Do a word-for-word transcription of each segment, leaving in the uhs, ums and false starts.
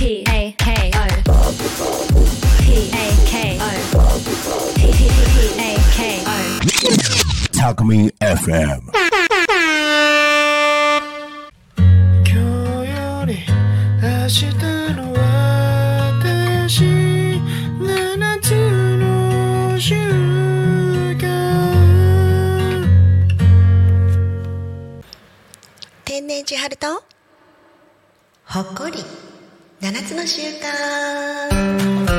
P A K O P A K O P A K O タクミ エフエム。 今日より明日の私七つの習慣。 天然千春とほっこり七つの習慣。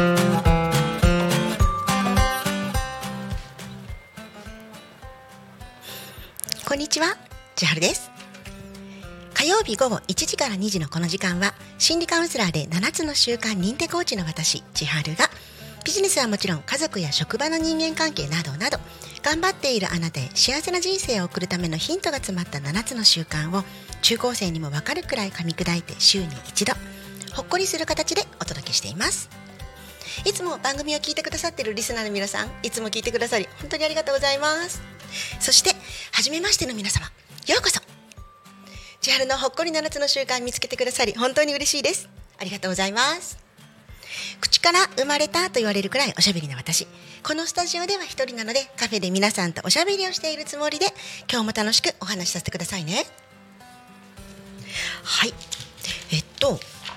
こんにちは、千春です。火曜日午後いちじからにじのこの時間は心理カウンセラーで七つの習慣認定コーチの私千春がビジネスはもちろん家族や職場の人間関係などなど頑張っているあなたへ幸せな人生を送るためのヒントが詰まった七つの習慣を中高生にも分かるくらい噛み砕いて週に一度ほっこりする形でお届けしています。いつも番組を聞いてくださっているリスナーの皆さん、いつも聞いてくださり本当にありがとうございます。そして初めましての皆様、ようこそ。千春のほっこり七つの習慣見つけてくださり本当に嬉しいです。ありがとうございます。口から生まれたと言われるくらいおしゃべりな私、このスタジオでは一人なのでカフェで皆さんとおしゃべりをしているつもりで今日も楽しくお話しさせてくださいね。はい、えっと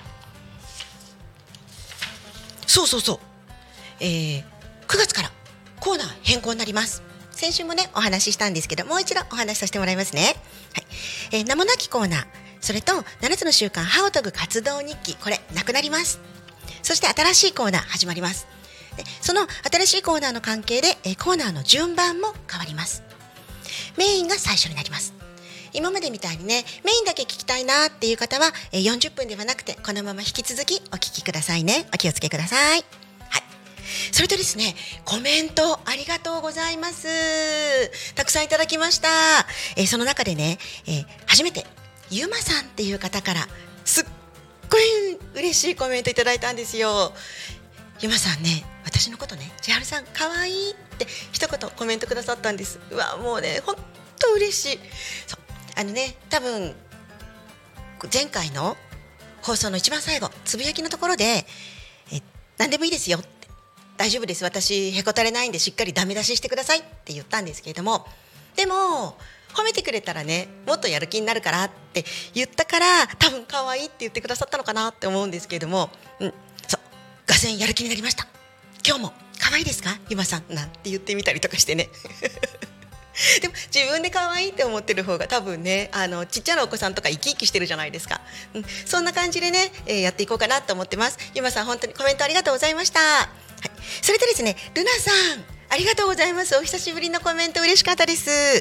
そうそうそう、えー、くがつからコーナー変更になります。先週もねお話ししたんですけど、もう一度お話しさせてもらいますね。はい、えー、名もなきコーナー、それとななつの習慣歯を研ぐ活動日記、これなくなります。そして新しいコーナー始まります。でその新しいコーナーの関係で、えー、コーナーの順番も変わります。メインが最初になります。今までみたいにねメインだけ聞きたいなっていう方は、えー、よんじゅっぷんではなくてこのまま引き続きお聞きくださいね。お気をつけください。はい、それとですね、コメントありがとうございます。たくさんいただきました。えー、その中でね、えー、初めてゆまさんっていう方からすっごい嬉しいコメントいただいたんですよ。ゆまさんね、私のことね、千春さんかわいいって一言コメントくださったんです。うわ、もうね本当嬉しい。そう、あのね、多分前回の放送の一番最後つぶやきのところで、え何でもいいですよって、大丈夫です、私へこたれないんでしっかりダメ出ししてくださいって言ったんですけれども、でも褒めてくれたらねもっとやる気になるからって言ったから、多分可愛いって言ってくださったのかなって思うんですけれども、うん、そう、がぜんやる気になりました。今日も可愛いですかゆまさんなんて言ってみたりとかしてねでも自分で可愛いって思ってる方が多分ね、あのちっちゃなお子さんとか生き生きしてるじゃないですか、うん、そんな感じでね、えー、やっていこうかなと思ってます。ゆまさん本当にコメントありがとうございました。はい、それとですね、ルナさんありがとうございます。お久しぶりのコメント嬉しかったです。はい、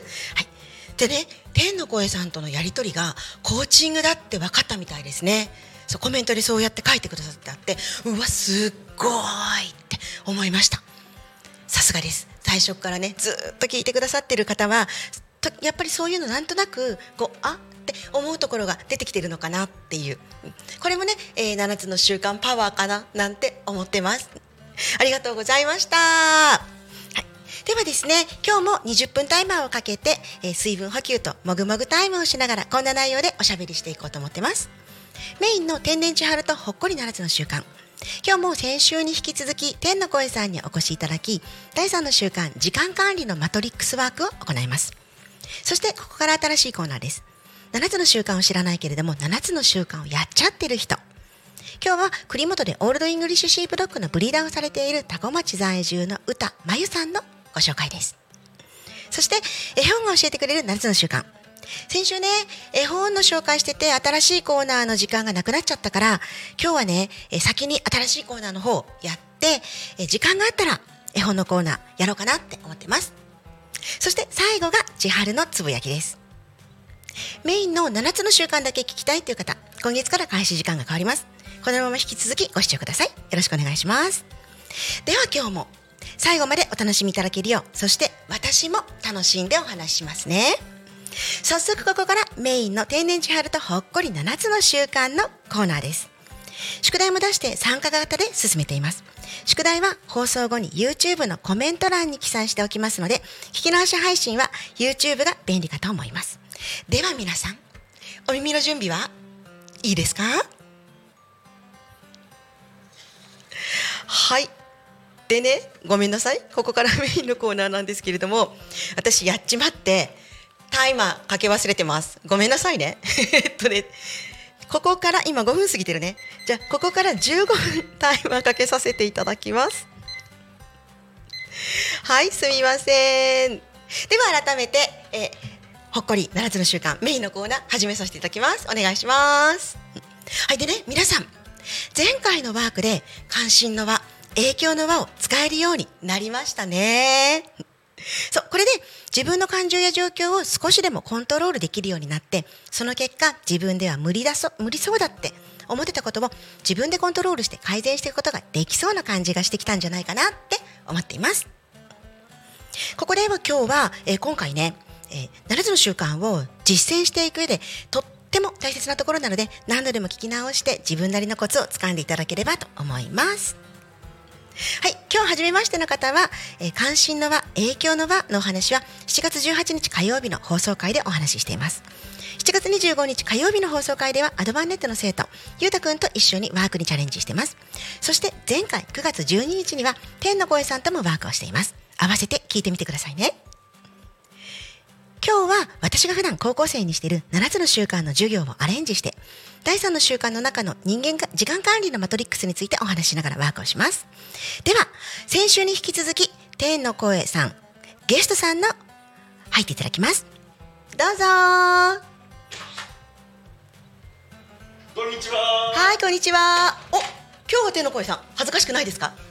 でね、天の声さんとのやり取りがコーチングだって分かったみたいですね。そう、コメントでそうやって書いてくださってあって、うわすっごいって思いました。さすがです。最初からねずっと聞いてくださってる方はやっぱりそういうのなんとなくこうあって思うところが出てきてるのかなっていう、これもね、えー、ななつの習慣パワーかななんて思ってます。ありがとうございました。はい、ではですね、今日もにじゅっぷんタイマーをかけて、えー、水分補給ともぐもぐタイムをしながらこんな内容でおしゃべりしていこうと思ってます。メインの天然千春とほっこりななつの習慣、今日も先週に引き続き天の声さんにお越しいただき、だいさんの習慣時間管理のマトリックスワークを行います。そしてここから新しいコーナーです。ななつの習慣を知らないけれどもななつの習慣をやっちゃってる人。今日は栗本でオールドイングリッシュシープドッグのブリーダーをされている多古町在住の歌まゆさんのご紹介です。そして絵本が教えてくれるななつの習慣、先週ね絵本の紹介してて新しいコーナーの時間がなくなっちゃったから、今日はね先に新しいコーナーの方やって、時間があったら絵本のコーナーやろうかなって思ってます。そして最後が千春のつぶやきです。メインのななつの習慣だけ聞きたいという方、今月から開始時間が変わります。このまま引き続きご視聴ください。よろしくお願いします。では今日も最後までお楽しみいただけるよう、そして私も楽しんでお話ししますね。早速ここからメインの天然千春とほっこりななつの習慣のコーナーです。宿題も出して参加型で進めています。宿題は放送後に YouTube のコメント欄に記載しておきますので、聞き直し配信は YouTube が便利かと思います。では皆さん、お耳の準備はいいですか？ はいでね、ごめんなさい、ここからメインのコーナーなんですけれども、私やっちまってタイマーかけ忘れてます。ごめんなさいねえっとねここから今ごふん過ぎてるね。じゃあここからじゅうごふんタイマーかけさせていただきます。はい、すみません。では改めて、えー、ほっこりななつの習慣メインのコーナー始めさせていただきます。お願いします。はい、でね、皆さん前回のワークで関心の輪、影響の輪を使えるようになりましたね。そうこれで自分の感情や状況を少しでもコントロールできるようになって、その結果自分では無理だそ無理そうだって思ってたことを自分でコントロールして改善していくことができそうな感じがしてきたんじゃないかなって思っています。ここでは今日は、えー、今回ね、えー、ななつの習慣を実践していく上でとっても大切なところなので、何度でも聞き直して自分なりのコツを掴んでいただければと思います。はい、今日初めましての方は、えー、関心の輪、影響の輪のお話はしちがつじゅうはちにち火曜日の放送回でお話ししています。しちがつにじゅうごにち火曜日の放送回ではアドバンネットの生徒ゆうたくんと一緒にワークにチャレンジしています。そして前回くがつじゅうににちには天の声さんともワークをしています。合わせて聞いてみてくださいね。今日は私が普段高校生にしているななつの習慣の授業をアレンジして、だいさんの習慣の中の人間か時間管理のマトリックスについてお話ししながらワークをします。では先週に引き続き天の声さんゲストさんの入っていただきます。どうぞー。 こんにちは。 はい、こんにちは。お、今日は天の声さん恥ずかしくないですか？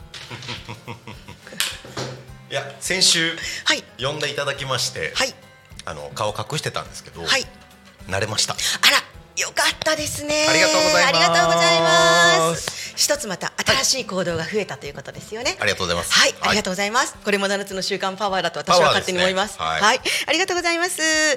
いや、先週、 はい、 呼んでいただきまして、 はい、 あの顔隠してたんですけど、 はい、 慣れました。 あら、よかったですね。 ありがとうございます。 ありがとうございます。一つまた新しい行動が増えたということですよね。 ありがとうございます。 はい、ありがとうございます。これもななつの習慣パワーだと私は勝手に思います。 パワーですね。 は、 はいい、 ありがとうございます。はい、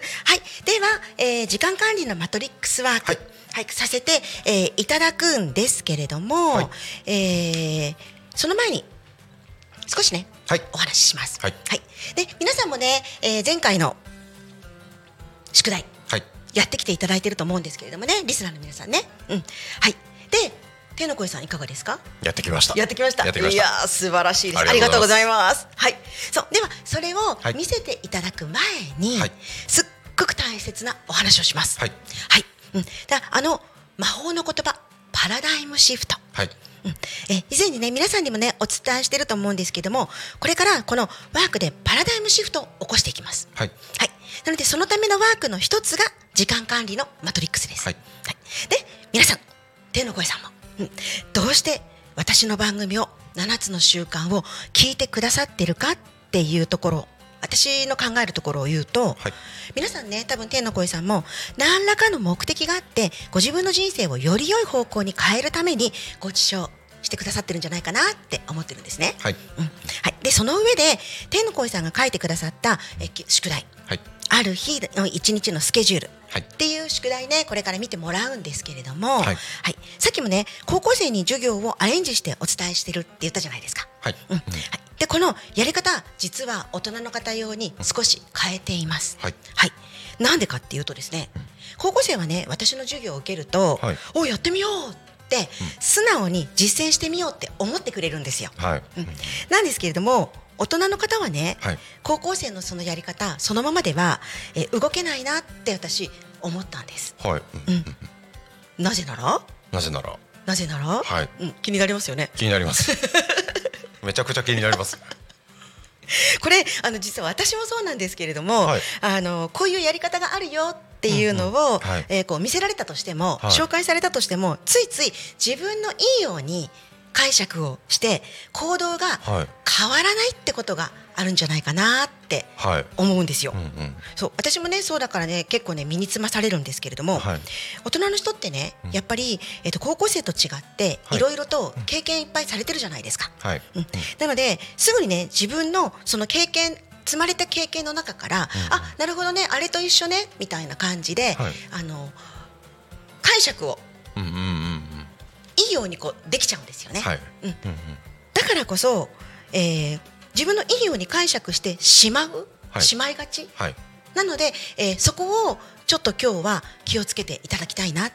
では、えー、時間管理のマトリックスワーク、 はい、 はい、させて、えー、いただくんですけれども、はい、えー、その前に少しね、はい、お話しします。 はい、 はい、で皆さんもね、えー、前回の宿題、はい、やってきていただいていると思うんですけれどもね、リスナーの皆さんね、うん、はい。で天の声さんいかがですか？ やってきました。 やってきました。 やってきました。 いや素晴らしいです。ありがとうございます。はい。そうではそれを見せていただく前に、はい、すっごく大切なお話をします。はい。はい。うん。だあの魔法の言葉パラダイムシフト。はい。うん、え以前にね皆さんにもねお伝えしていると思うんですけども、これからこのワークでパラダイムシフトを起こしていきます。はい。はい。なのでそのためのワークの一つが時間管理のマトリックスです。はい。はい、で皆さん天の声さんも、うん、どうして私の番組をななつの習慣を聞いてくださってるかっていうところ、私の考えるところを言うと、はい、皆さんね多分天の声さんも何らかの目的があってご自分の人生をより良い方向に変えるためにご視聴してくださってるんじゃないかなって思ってるんですね。はい。うん、はい。でその上で天の声さんが書いてくださったえ宿題、はい、ある日の一日のスケジュールっていう宿題ね、これから見てもらうんですけれども、はいはい、さっきもね高校生に授業をアレンジしてお伝えしてるって言ったじゃないですか。はい。うん、はい。でこのやり方実は大人の方用に少し変えています。はい。はい。なんでかっていうとですね、高校生はね私の授業を受けると、はい、おやってみようって素直に実践してみようって思ってくれるんですよ。はい。うん、なんですけれども大人の方はね、はい、高校生のそのやり方そのままでは、え動けないなって私思ったんです。はい。うん、なぜならなぜならなぜなら、はい、うん、気になりますよね。 気になりますめちゃくちゃ気になりますこれあの実は私もそうなんですけれども、はい、あのこういうやり方があるよっていうのを、うんうん、はい、えー、こう見せられたとしても、はい、紹介されたとしてもついつい自分のいいように解釈をして行動が変わらないってことがあるんじゃないかなって思うんですよ。はい、うんうん、そう私もねそうだからね結構ね身につまされるんですけれども、はい、大人の人ってねやっぱり、えー、と高校生と違っていろいろと経験いっぱいされてるじゃないですか。はい、うん、なのですぐにね自分のその経験積まれた経験の中から、うん、あなるほどねあれと一緒ねみたいな感じで、はい、あの解釈を、うんうんうんうん、いいようにこうできちゃうんですよね。はい、うんうんうん、だからこそ、えー、自分のいいように解釈してしまう、はい、しまいがち、はい、なので、えー、そこをちょっと今日は気をつけていただきたいなって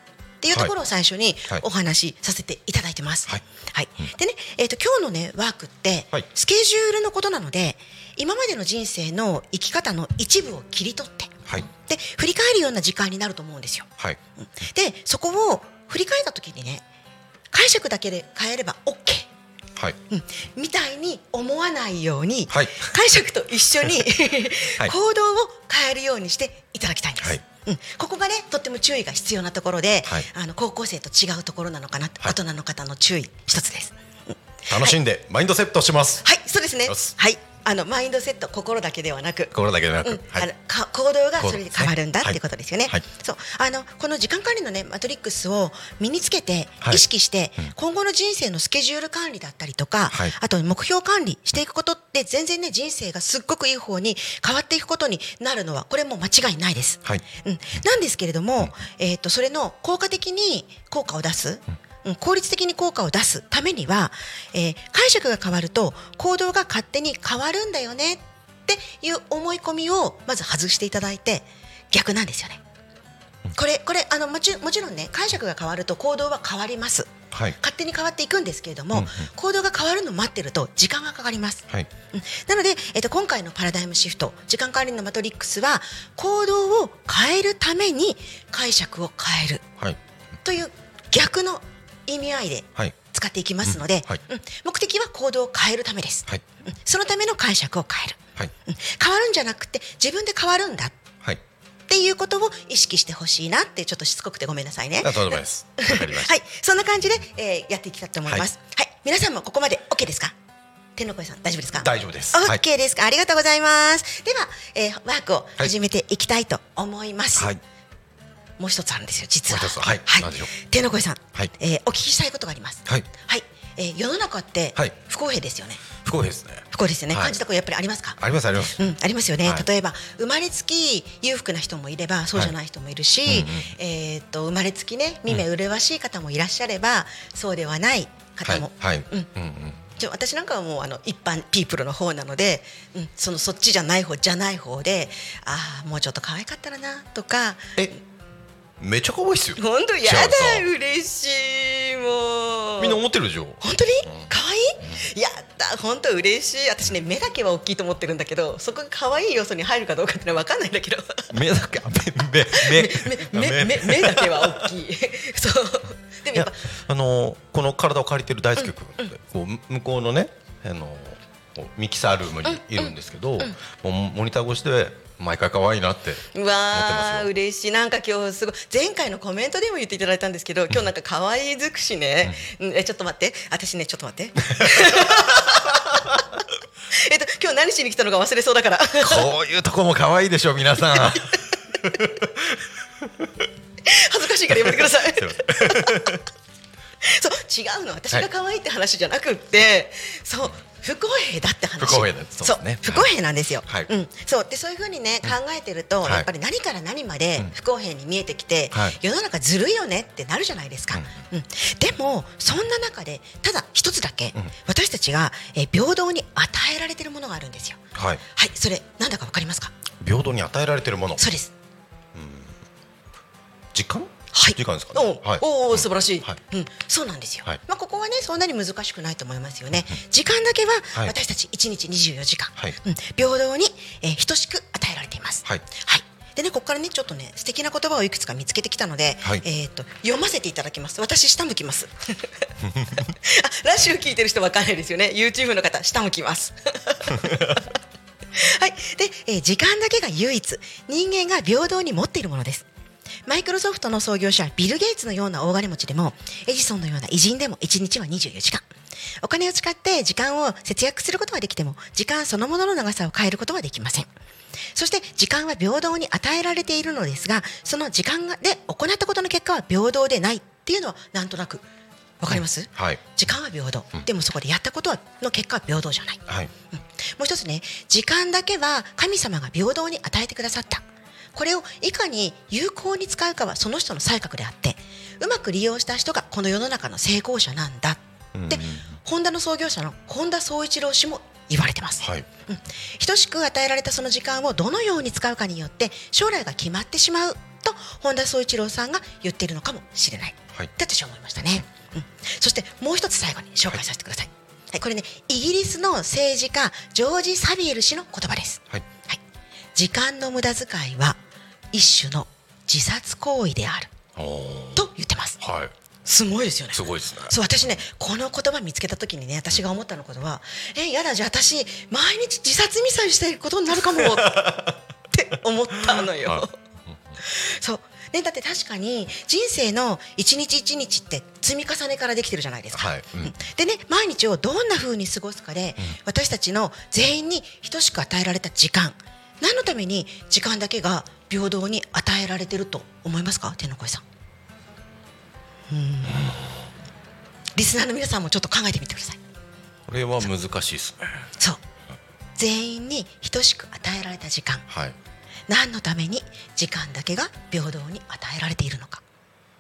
っていうところを最初にはいお話しさせていただいてます。 はいはいでね、えー、と今日のねワークってはいスケジュールのことなので、今までの人生の生き方の一部を切り取ってはいで振り返るような時間になると思うんですよ。 はいでそこを振り返った時にね、解釈だけで変えれば OK、 はいうん、みたいに思わないように、 はい解釈と一緒に、 はい行動を変えるようにしていただきたいんです。 はいうん、ここがねとっても注意が必要なところで、 はいあの高校生と違うところなのかな、 はい大人の方の注意一つです。 楽しんでマインドセットします。 はい、そうですね。 よしはい、あのマインドセット、心だけではなく、 心だけでなく、 うんはいあのか行動がそれで変わるんだっていうことですよね。 はいそうあのこの時間管理のねマトリックスを身につけて、 はい意識して、 うん今後の人生のスケジュール管理だったりとか、 はいあと目標管理していくことって全然ね人生がすっごくいい方に変わっていくことになるのはこれも間違いないです。 はいうん、なんですけれども、えー、とそれの効果的に効果を出す、うん、効率的に効果を出すためには、えー解釈が変わると行動が勝手に変わるんだよねっていう思い込みをまず外していただいて、逆なんですよね。これこれあのもちもちろんね解釈が変わると行動は変わります。 はい勝手に変わっていくんですけれども、 うんうん行動が変わるのを待ってると時間がかかります。 はいうんなので、えっと、今回のパラダイムシフト時間管理のマトリックスは行動を変えるために解釈を変えるはいという逆の意味合いではい使っていきますので、 うんはいうん目的は行動を変えるためです。 はいうんそのための解釈を変える、 はいうん変わるんじゃなくて自分で変わるんだはい。 っていうことを意識してほしいなって、ちょっとしつこくてごめんなさいね。 あ、とんでもないです。わかりました。 はい、そんな感じで、えーやっていきたいと思います。はい、皆さんもここまで OK ですか？天の声さん大丈夫ですか？ 大丈夫です。はい OK ですか？ありがとうございます。では、えーワークを始めていきたいと思います。 はい。 もう一つあるんですよ、実は。 もう一つはい何でしょう。 天の声さん、 はいえーお聞きしたいことがあります。 はい。 はい、えー世の中ってはい不公平ですよね。 不公平ですね。 不公平ですよね。 はい感じたことやっぱりありますか？ ありますあります。 うん、ありますよね、 はい例えば生まれつき裕福な人もいればそうじゃない人もいるし、 はいうんうんえー、と生まれつきね見目麗しい方もいらっしゃれば、そうではない方も、 はい。はい。 うんうんうん。 ちょ私なんかはもうあの一般ピープルの方なので、うん、そのそっちじゃない方じゃない方で、ああもうちょっと可愛かったらなとか、 え、めっちゃ可愛いっすよ。 本当やじゃあさだ嬉しいもうみんな思ってるでしょ。 本当に可愛い、やった本当嬉しい。私ね目だけは大きいと思ってるんだけど、そこが可愛い要素に入るかどうかってのは分かんないんだけど目だけ、あ目目目目目目だけは大きいそうでもいややっぱあのこの体を借りてる大輔君ってこう向こうのねあのこうミキサールームにいるんですけど、もうモニター越しで毎回可愛いなってう思ってわーますよ。 嬉しい。なんか今日すごい前回のコメントでも言っていただいたんですけど、今日なんか可愛い尽くしね、うんえちょっと待って私ねちょっと待ってえっと今日何しに来たのか忘れそうだからこういうとこも可愛いでしょ皆さん。 恥ずかしいからやめてくださいすいませんそう違うの、私が可愛いって話じゃなくって、そう不公平だって話。 不公平だそうですね不公平なんですよ。 はいうん、そうでそういう風にね、考えてると、 はいやっぱり何から何まで不公平に見えてきて、 はい世の中ずるいよねってなるじゃないですか。うんでもそんな中でただ一つだけ、私たちが、えー平等に与えられてるものがあるんですよ。 はい。 はい、それなんだかわかりますか？ 平等に与えられてるもの。 そうです。 時間？ はい、 時間ですかね。はい。 おお素晴らしい、 はいうん、そうなんですよ、 はいまあ、ここはねそんなに難しくないと思いますよね。時間だけははい私たちいちにちにじゅうよじかん、 はいうん、平等に、えー等しく与えられています。 はいはいでね、ここからねちょっとね素敵な言葉をいくつか見つけてきたので、 はいえー、と読ませていただきます。私下向きますあラジオ聞いてる人わかんないですよね。 YouTube の方下向きますはいで、えー時間だけが唯一人間が平等に持っているものです。マイクロソフトの創業者ビル・ゲイツのような大金持ちでもエジソンのような偉人でもいちにちはにじゅうよじかん、お金を使って時間を節約することはできても時間そのものの長さを変えることはできません。そして時間は平等に与えられているのですが、その時間で行ったことの結果は平等でないっていうのはなんとなくわかります、 はい。 時間は平等、でもそこでやったことはの結果は平等じゃない、 はい。 うんもう一つね、時間だけは神様が平等に与えてくださった。これをいかに有効に使うかはその人の才覚であって、うまく利用した人がこの世の中の成功者なんだってホンダの創業者の本田宗一郎氏も言われてます、 はい。 うん、等しく与えられたその時間をどのように使うかによって将来が決まってしまうと本田宗一郎さんが言っているのかもしれない、 はい、 って私は思いましたね、うん、そしてもう一つ最後に紹介させてください、はいはい、これねイギリスの政治家ジョージ・サビエル氏の言葉です、はいはい、時間の無駄遣いは一種の自殺行為であると言ってます、はい、すごいですよね。 すごいですね。 そう私ねこの言葉見つけた時にね私が思ったのことはえやだじゃあ私毎日自殺未遂していることになるかもって思ったのよ、はい、そうね、だって確かに人生の一日一日って積み重ねからできてるじゃないですか、はいうん、でね毎日をどんな風に過ごすかで、うん、私たちの全員に等しく与えられた時間何のために時間だけが平等に与えられてると思いますか天の声さん。うんリスナーの皆さんもちょっと考えてみてください。 これは難しいですね。 そう全員に等しく与えられた時間、はい、何のために時間だけが平等に与えられているのか。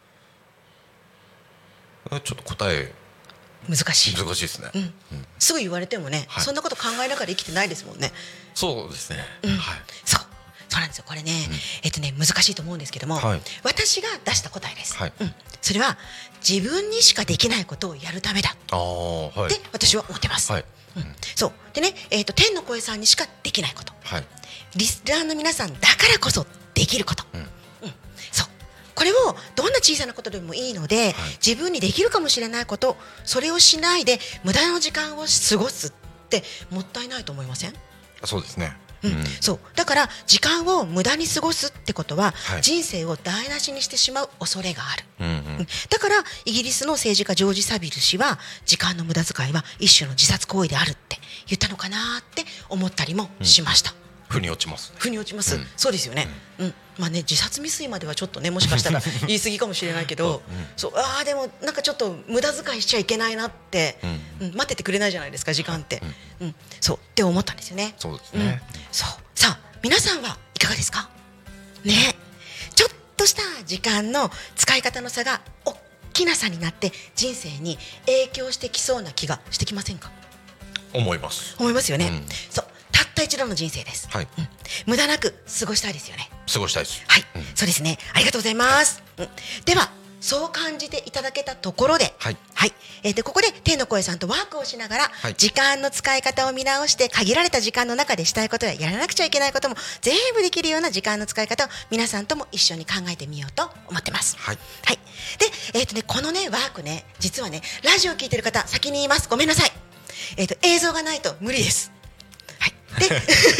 ちょっと答え難しい難しいですね、うんうん、 すぐ言われてもね、はい、そんなこと考えながら生きてないですもんね。 そうですね、 うんはい、 そうそうなんですよこれね、うんえっとね、難しいと思うんですけども、はい、私が出した答えです、はいうん、それは自分にしかできないことをやるためだって私は思ってます、はいうん、そうでね、えーと、天の声さんにしかできないこと、はい、リスナーの皆さんだからこそできること、うんうん、そうこれをどんな小さなことでもいいので、はい、自分にできるかもしれないことそれをしないで無駄な時間を過ごすってもったいないと思いません？ そうですねうんうん、そうだから時間を無駄に過ごすってことは、はい、人生を台無しにしてしまう恐れがある、うんうん、だからイギリスの政治家ジョージ・サビル氏は時間の無駄遣いは一種の自殺行為であるって言ったのかなって思ったりもしました、うん、 腑に落ちます腑に落ちます、うん、そうですよね、うんうんまあね、自殺未遂まではちょっとねもしかしたら言い過ぎかもしれないけど、うん、そうあでもなんかちょっと無駄遣いしちゃいけないなって、うんうん、待っててくれないじゃないですか時間って、うんうん、そうって思ったんですよね。 そうですね、 うん、そうさあ皆さんはいかがですかね。ちょっとした時間の使い方の差が大きな差になって人生に影響してきそうな気がしてきませんか？ 思います思いますよね、うん、そうたった一度の人生です、はいうん、無駄なく過ごしたいですよね。 過ごしたいですはい、うん、そうですねありがとうございます、はいうん、ではそう感じていただけたところで、はいはいえー、でここで天の声さんとワークをしながら、はい、時間の使い方を見直して限られた時間の中でしたいことややらなくちゃいけないことも全部できるような時間の使い方を皆さんとも一緒に考えてみようと思ってます。はい、はい、で、えーとね、このねワークね実はねラジオ聞いてる方先に言いますごめんなさい、えーと、映像がないと無理です。はいで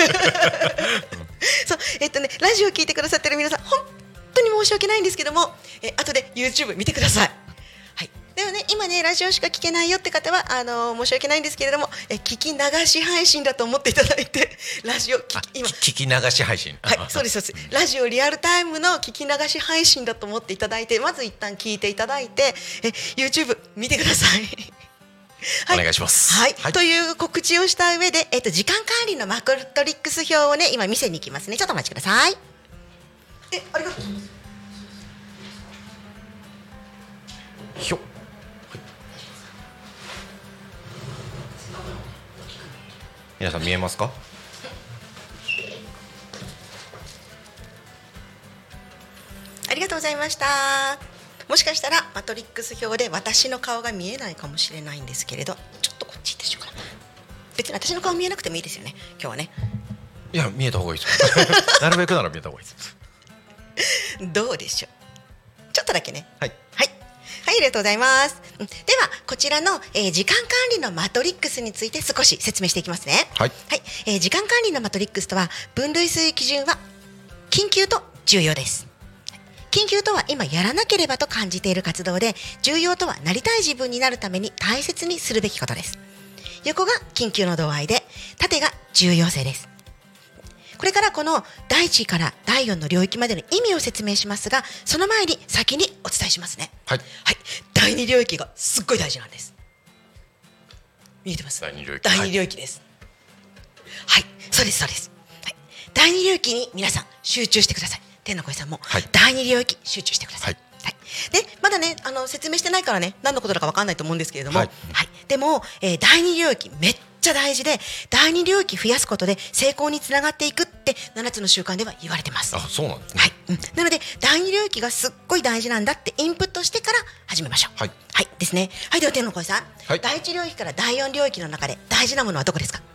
そうえっ、ー、とねラジオ聞いてくださってる皆さん本当に申し訳ないんですけども、え後で YouTube 見てください。はい、でもね今ねラジオしか聞けないよって方はあのー、申し訳ないんですけれどもえ聞き流し配信だと思っていただいてラジオ聞き今聞き流し配信はいそうですそうですラジオリアルタイムの聞き流し配信だと思っていただいてまず一旦聞いていただいてえ YouTube 見てください。 はい、お願いします、 はいはい、という告知をした上で、えっと、時間管理のマクトリックス表をね今見せに行きますね。ちょっとお待ちください。えありがとうございます。 ひょ、はい、皆さん見えますか？ ありがとうございました。もしかしたらマトリックス表で私の顔が見えないかもしれないんですけれどちょっとこっち行ってしようかな。別に私の顔見えなくてもいいですよね今日はね。 いや見えた方がいいですなるべくなら見えた方がいいですどうでしょうちょっとだけね。 はいはいはい、ありがとうございます。ではこちらの、えー、時間管理のマトリックスについて少し説明していきますね。はい、はいえー、時間管理のマトリックスとは分類する基準は緊急と重要です。緊急とは今やらなければと感じている活動で重要とはなりたい自分になるために大切にするべきことです。横が緊急の度合いで縦が重要性です。これからこのだいいちからだいよんの領域までの意味を説明しますがその前に先にお伝えしますね。はい、はい、だいに領域がすっごい大事なんです。見えてます？だいに領域、だいに領域です。はい、はい、そうですそうです、はい、だいに領域に皆さん集中してください。天の声さんも、はい、だいに領域集中してください。はいはい、でまだねあの説明してないからね何のことだか分かんないと思うんですけれども、はいはい、でも、えー、だいに領域めっちゃ大事でだいに領域増やすことで成功につながっていくってってななつの習慣では言われてます。 あ、そうなんですね。 はい、うん、なのでだいに領域がすっごい大事なんだってインプットしてから始めましょう。 はい、 はい、ですね。はい、では天の声さん、 はい、 だいいち領域からだいよん領域の中で大事なものはどこですか？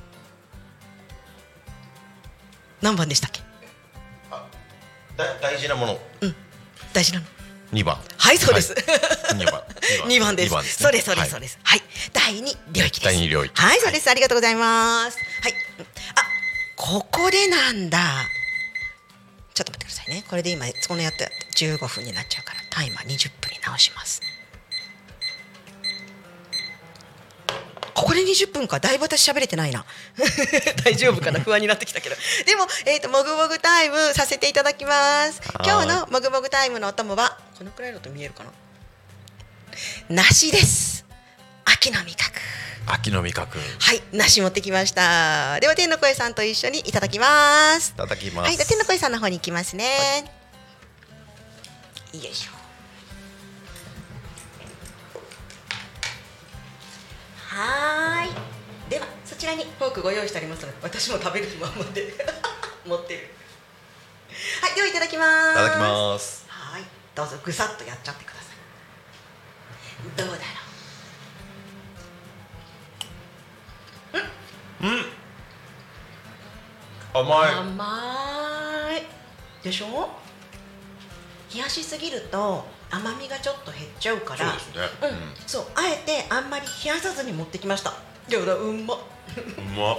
何番でしたっけ？ あ、だ大事なもの、 うん、大事なのにばん。 はい、そうです、 はい、にばんにばんです。 にばんですね、 そうですそうですそうです。はい、だいに領域です。 だいに領域。 はい、そうです、はい、ありがとうございます。はい、あ、ここでなんだ。ちょっと待ってくださいね。これで今このやってじゅうごふんになっちゃうからタイマーにじゅっぷんに直します。ここでにじゅっぷんか。だいぶ私喋れてないな大丈夫かな、不安になってきたけどでも、えーと、もぐもぐタイムさせていただきます。今日のもぐもぐタイムのお供はこのくらいだと見えるかな。梨です。秋の味覚。 秋の味覚。はい、 梨持ってきました。では天の声さんと一緒にいただきます。 いただきます。 はい、天の声さんの方に行きますね。はい、よいしょ。はーい。ではそちらにフォークご用意してありますので、私も食べる気満々で持ってる。はい、ではいただきます。 いただきます。 はい、どうぞぐさっとやっちゃってください。どうだろう。うん。うん。甘い。甘い。でしょ？冷やしすぎると甘みがちょっと減っちゃうから。 そうですね。 うん。うん、そう、あえてあんまり冷やさずに持ってきました。いやだ、うんま。 うま。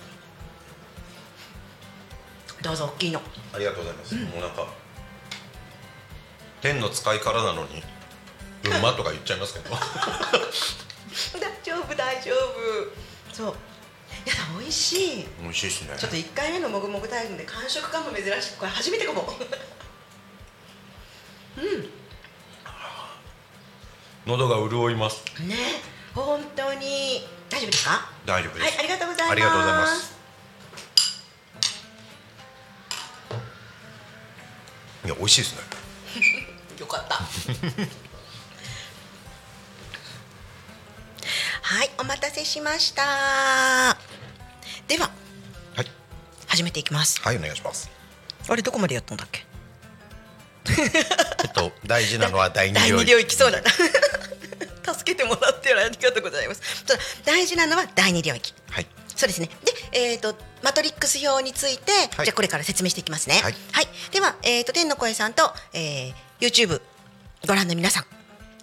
どうぞ大きいの。 ありがとうございます。うん、もうなんか天の使いからなのにうんまとか言っちゃいますけど。 大丈夫大丈夫。そう。いや美味しい。 美味しいですね。 ちょっといっかいめのもぐもぐタイムで完食感も珍しく、これ初めてかも。うん。 喉が潤います。 ね、本当に大丈夫ですか？ 大丈夫です。 はい、ありがとうございます。 ありがとうございます。いや、美味しいですね。 よかった。はい、お待たせしました。では、 はい、 始めていきます。 はい、お願いします。 あれどこまでやったんだっけ？ えっと大事なのはだいに領域。 だいに領域、そうだ。助けてもらってありがとうございます。そうだ、大事なのはだいに領域。 はい。 そうですね。で、えっとマトリックス表について、はい、じゃあこれから説明していきますね。はい。はい、では、えっと天の声さんと、えー、YouTube ご覧の皆さん。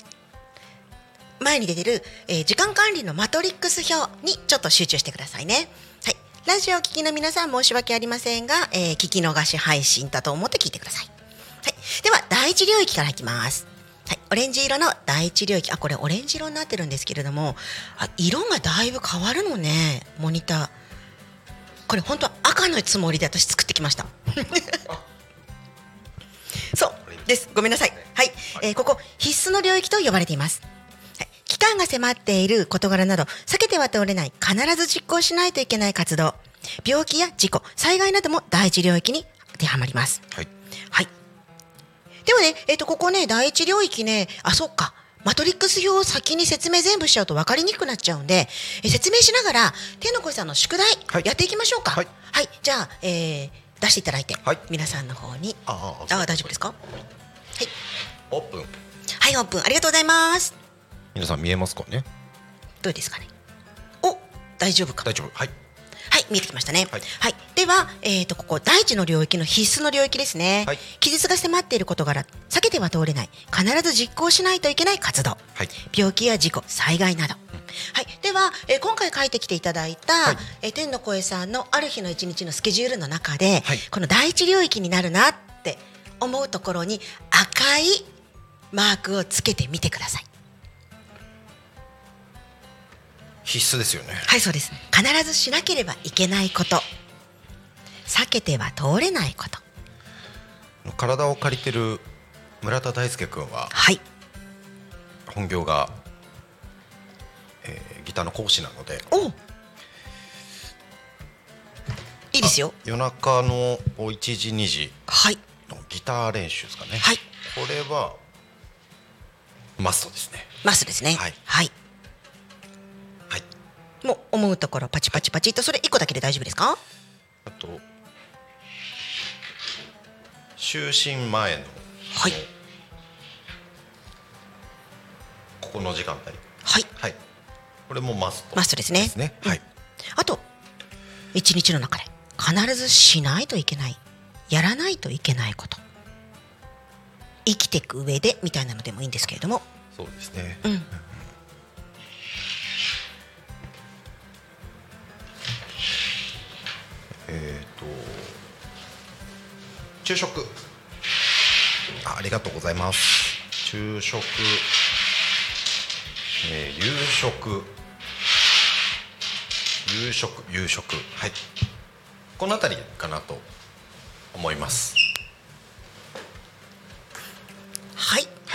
前に出てる、えー、時間管理のマトリックス表にちょっと集中してくださいね。はい。ラジオを聞きの皆さん申し訳ありませんが、えー、聞き逃し配信だと思って聞いてください。はい。ではだいいち領域からいきます。はい。オレンジ色のだいいち領域、あ、これオレンジ色になってるんですけれども、あ、色がだいぶ変わるのね、モニター。これ本当は赤のつもりで私作ってきました。そうです。ごめんなさい。はい。えー、ここ必須の領域と呼ばれています。期間が迫っている事柄など避けては通れない、必ず実行しないといけない活動、病気や事故、災害などもだいいち領域に当てはまります。はい、はい、でもね、えーと、ここねだいいち領域ね、あ、そっか、マトリックス表を先に説明全部しちゃうと分かりにくくなっちゃうんで、えー、説明しながら天の声さんの宿題、はい、やっていきましょうか。はい、はい、じゃあ、えー、出していただいて、はい、皆さんの方に。ああ、大丈夫ですか？はい、 オープン。 はい、オープン。ありがとうございます。 皆さん見えますかね？ どうですかね？お、大丈夫か？ 大丈夫。はい。 はい、見えてきましたね。はい。はい、では、えっとここだいいちの領域の必須の領域ですね。はい。期日が迫っている事柄、避けては通れない、必ず実行しないといけない活動。はい。病気や事故、災害など。うん、はい。では、えー、今回書いてきていただいた、はい、えー、天の声さんのある日の一日のスケジュールの中で、はい、このだいいち領域になるなって思うところに赤いマークをつけてみてください。 必須ですよね。 はい、そうです。必ずしなければいけないこと、避けては通れないこと。 体を借りてる村田大輔君は、 はい、 本業が、えー、ギターの講師なので、 お、いいですよ。 夜中のいちじにじのギター練習ですかね。はい、これはマストですね。 マストですね。はい、はい、もう思うところパチパチパチと、それいっこだけで大丈夫ですか？ あと就寝前の、 はいここの時間帯、 はい、 はい、これもマストマストですね。 ですね。はい。 あと一日の中で必ずしないといけない、やらないといけないこと、生きていく上でみたいなのでもいいんですけれども、 そうですね。 うん、 えっと昼食、あ、ありがとうございます。昼食、えー、夕食、夕食、夕食、はい。このあたりかなと思います。 はい、 はい。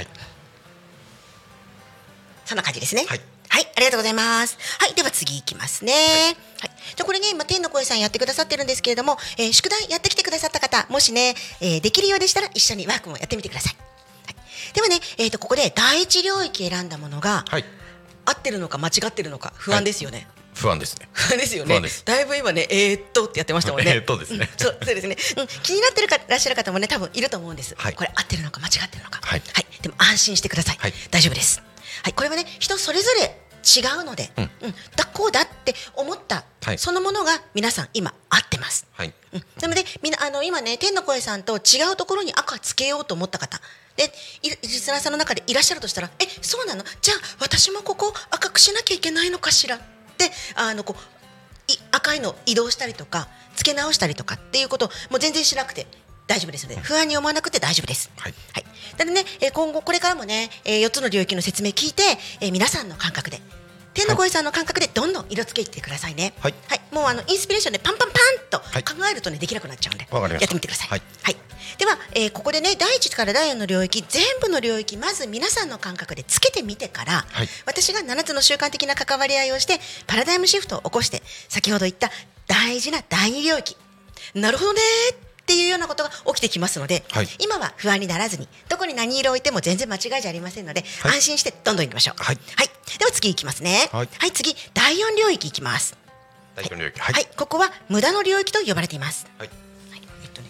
そんな感じですね。 はい。 はい、ありがとうございます。はい、では次いきますね。はい。はい、じゃあこれね、今天の声さんやってくださってるんですけれども、えー、宿題やってきてくださった方、もしね、えー、できるようでしたら一緒にワークもやってみてください。はい、ではね、えーとここで第一領域選んだものが、 はい、 合ってるのか間違ってるのか不安ですよね。はい、 不安ですね。 不安ですよね。だいぶ今ね、えー、っとってやってましたもんね。 えー、っとですね。 そう、そうですね。うん、気になってるか、らっしゃる方もね、多分いると思うんです。はい、これ合ってるのか間違ってるのか。 はい。 はい、でも安心してください。はい、大丈夫です。はい、これはね、人それぞれ違うので、うん、うん、だこうだって思った、はい、そのものが皆さん今合ってます。はい、うん、なのでみんなあの今ね、天の声さんと違うところに赤つけようと思った方で、リスナーさんの中でいらっしゃるとしたら、え、そうなの？じゃあ私もここ赤くしなきゃいけないのかしらってあのこうい赤いの移動したりとかつけ直したりとかっていうことをもう全然しなくて大丈夫ですので、不安に思わなくて大丈夫です。はい。はい。なのでね、えー、今後これからもね、えー、よっつの領域の説明聞いて、えー、皆さんの感覚で、天の声さんの感覚でどんどん色付けてくださいね。はい。はい。もうあのインスピレーションでパンパンパンと考えるとね、できなくなっちゃうんで、やってみてください。はい。はい。では、えー、ここでね、だいいちからだいよんの領域全部の領域まず皆さんの感覚でつけてみてから、はい、私がななつの習慣的な関わり合いをしてパラダイムシフトを起こして、先ほど言った大事なだいに領域、なるほどねーっていうようなことが起きてきますので、はい、今は不安にならずに、どこに何色を置いても全然間違いじゃありませんので、はい、安心してどんどんいきましょう。はい、はい、では次いきますね。はい、はい、次だいよん領域いきます。 だいよん領域、はい、 はい、ここは無駄の領域と呼ばれています。はい、はい、えっとね、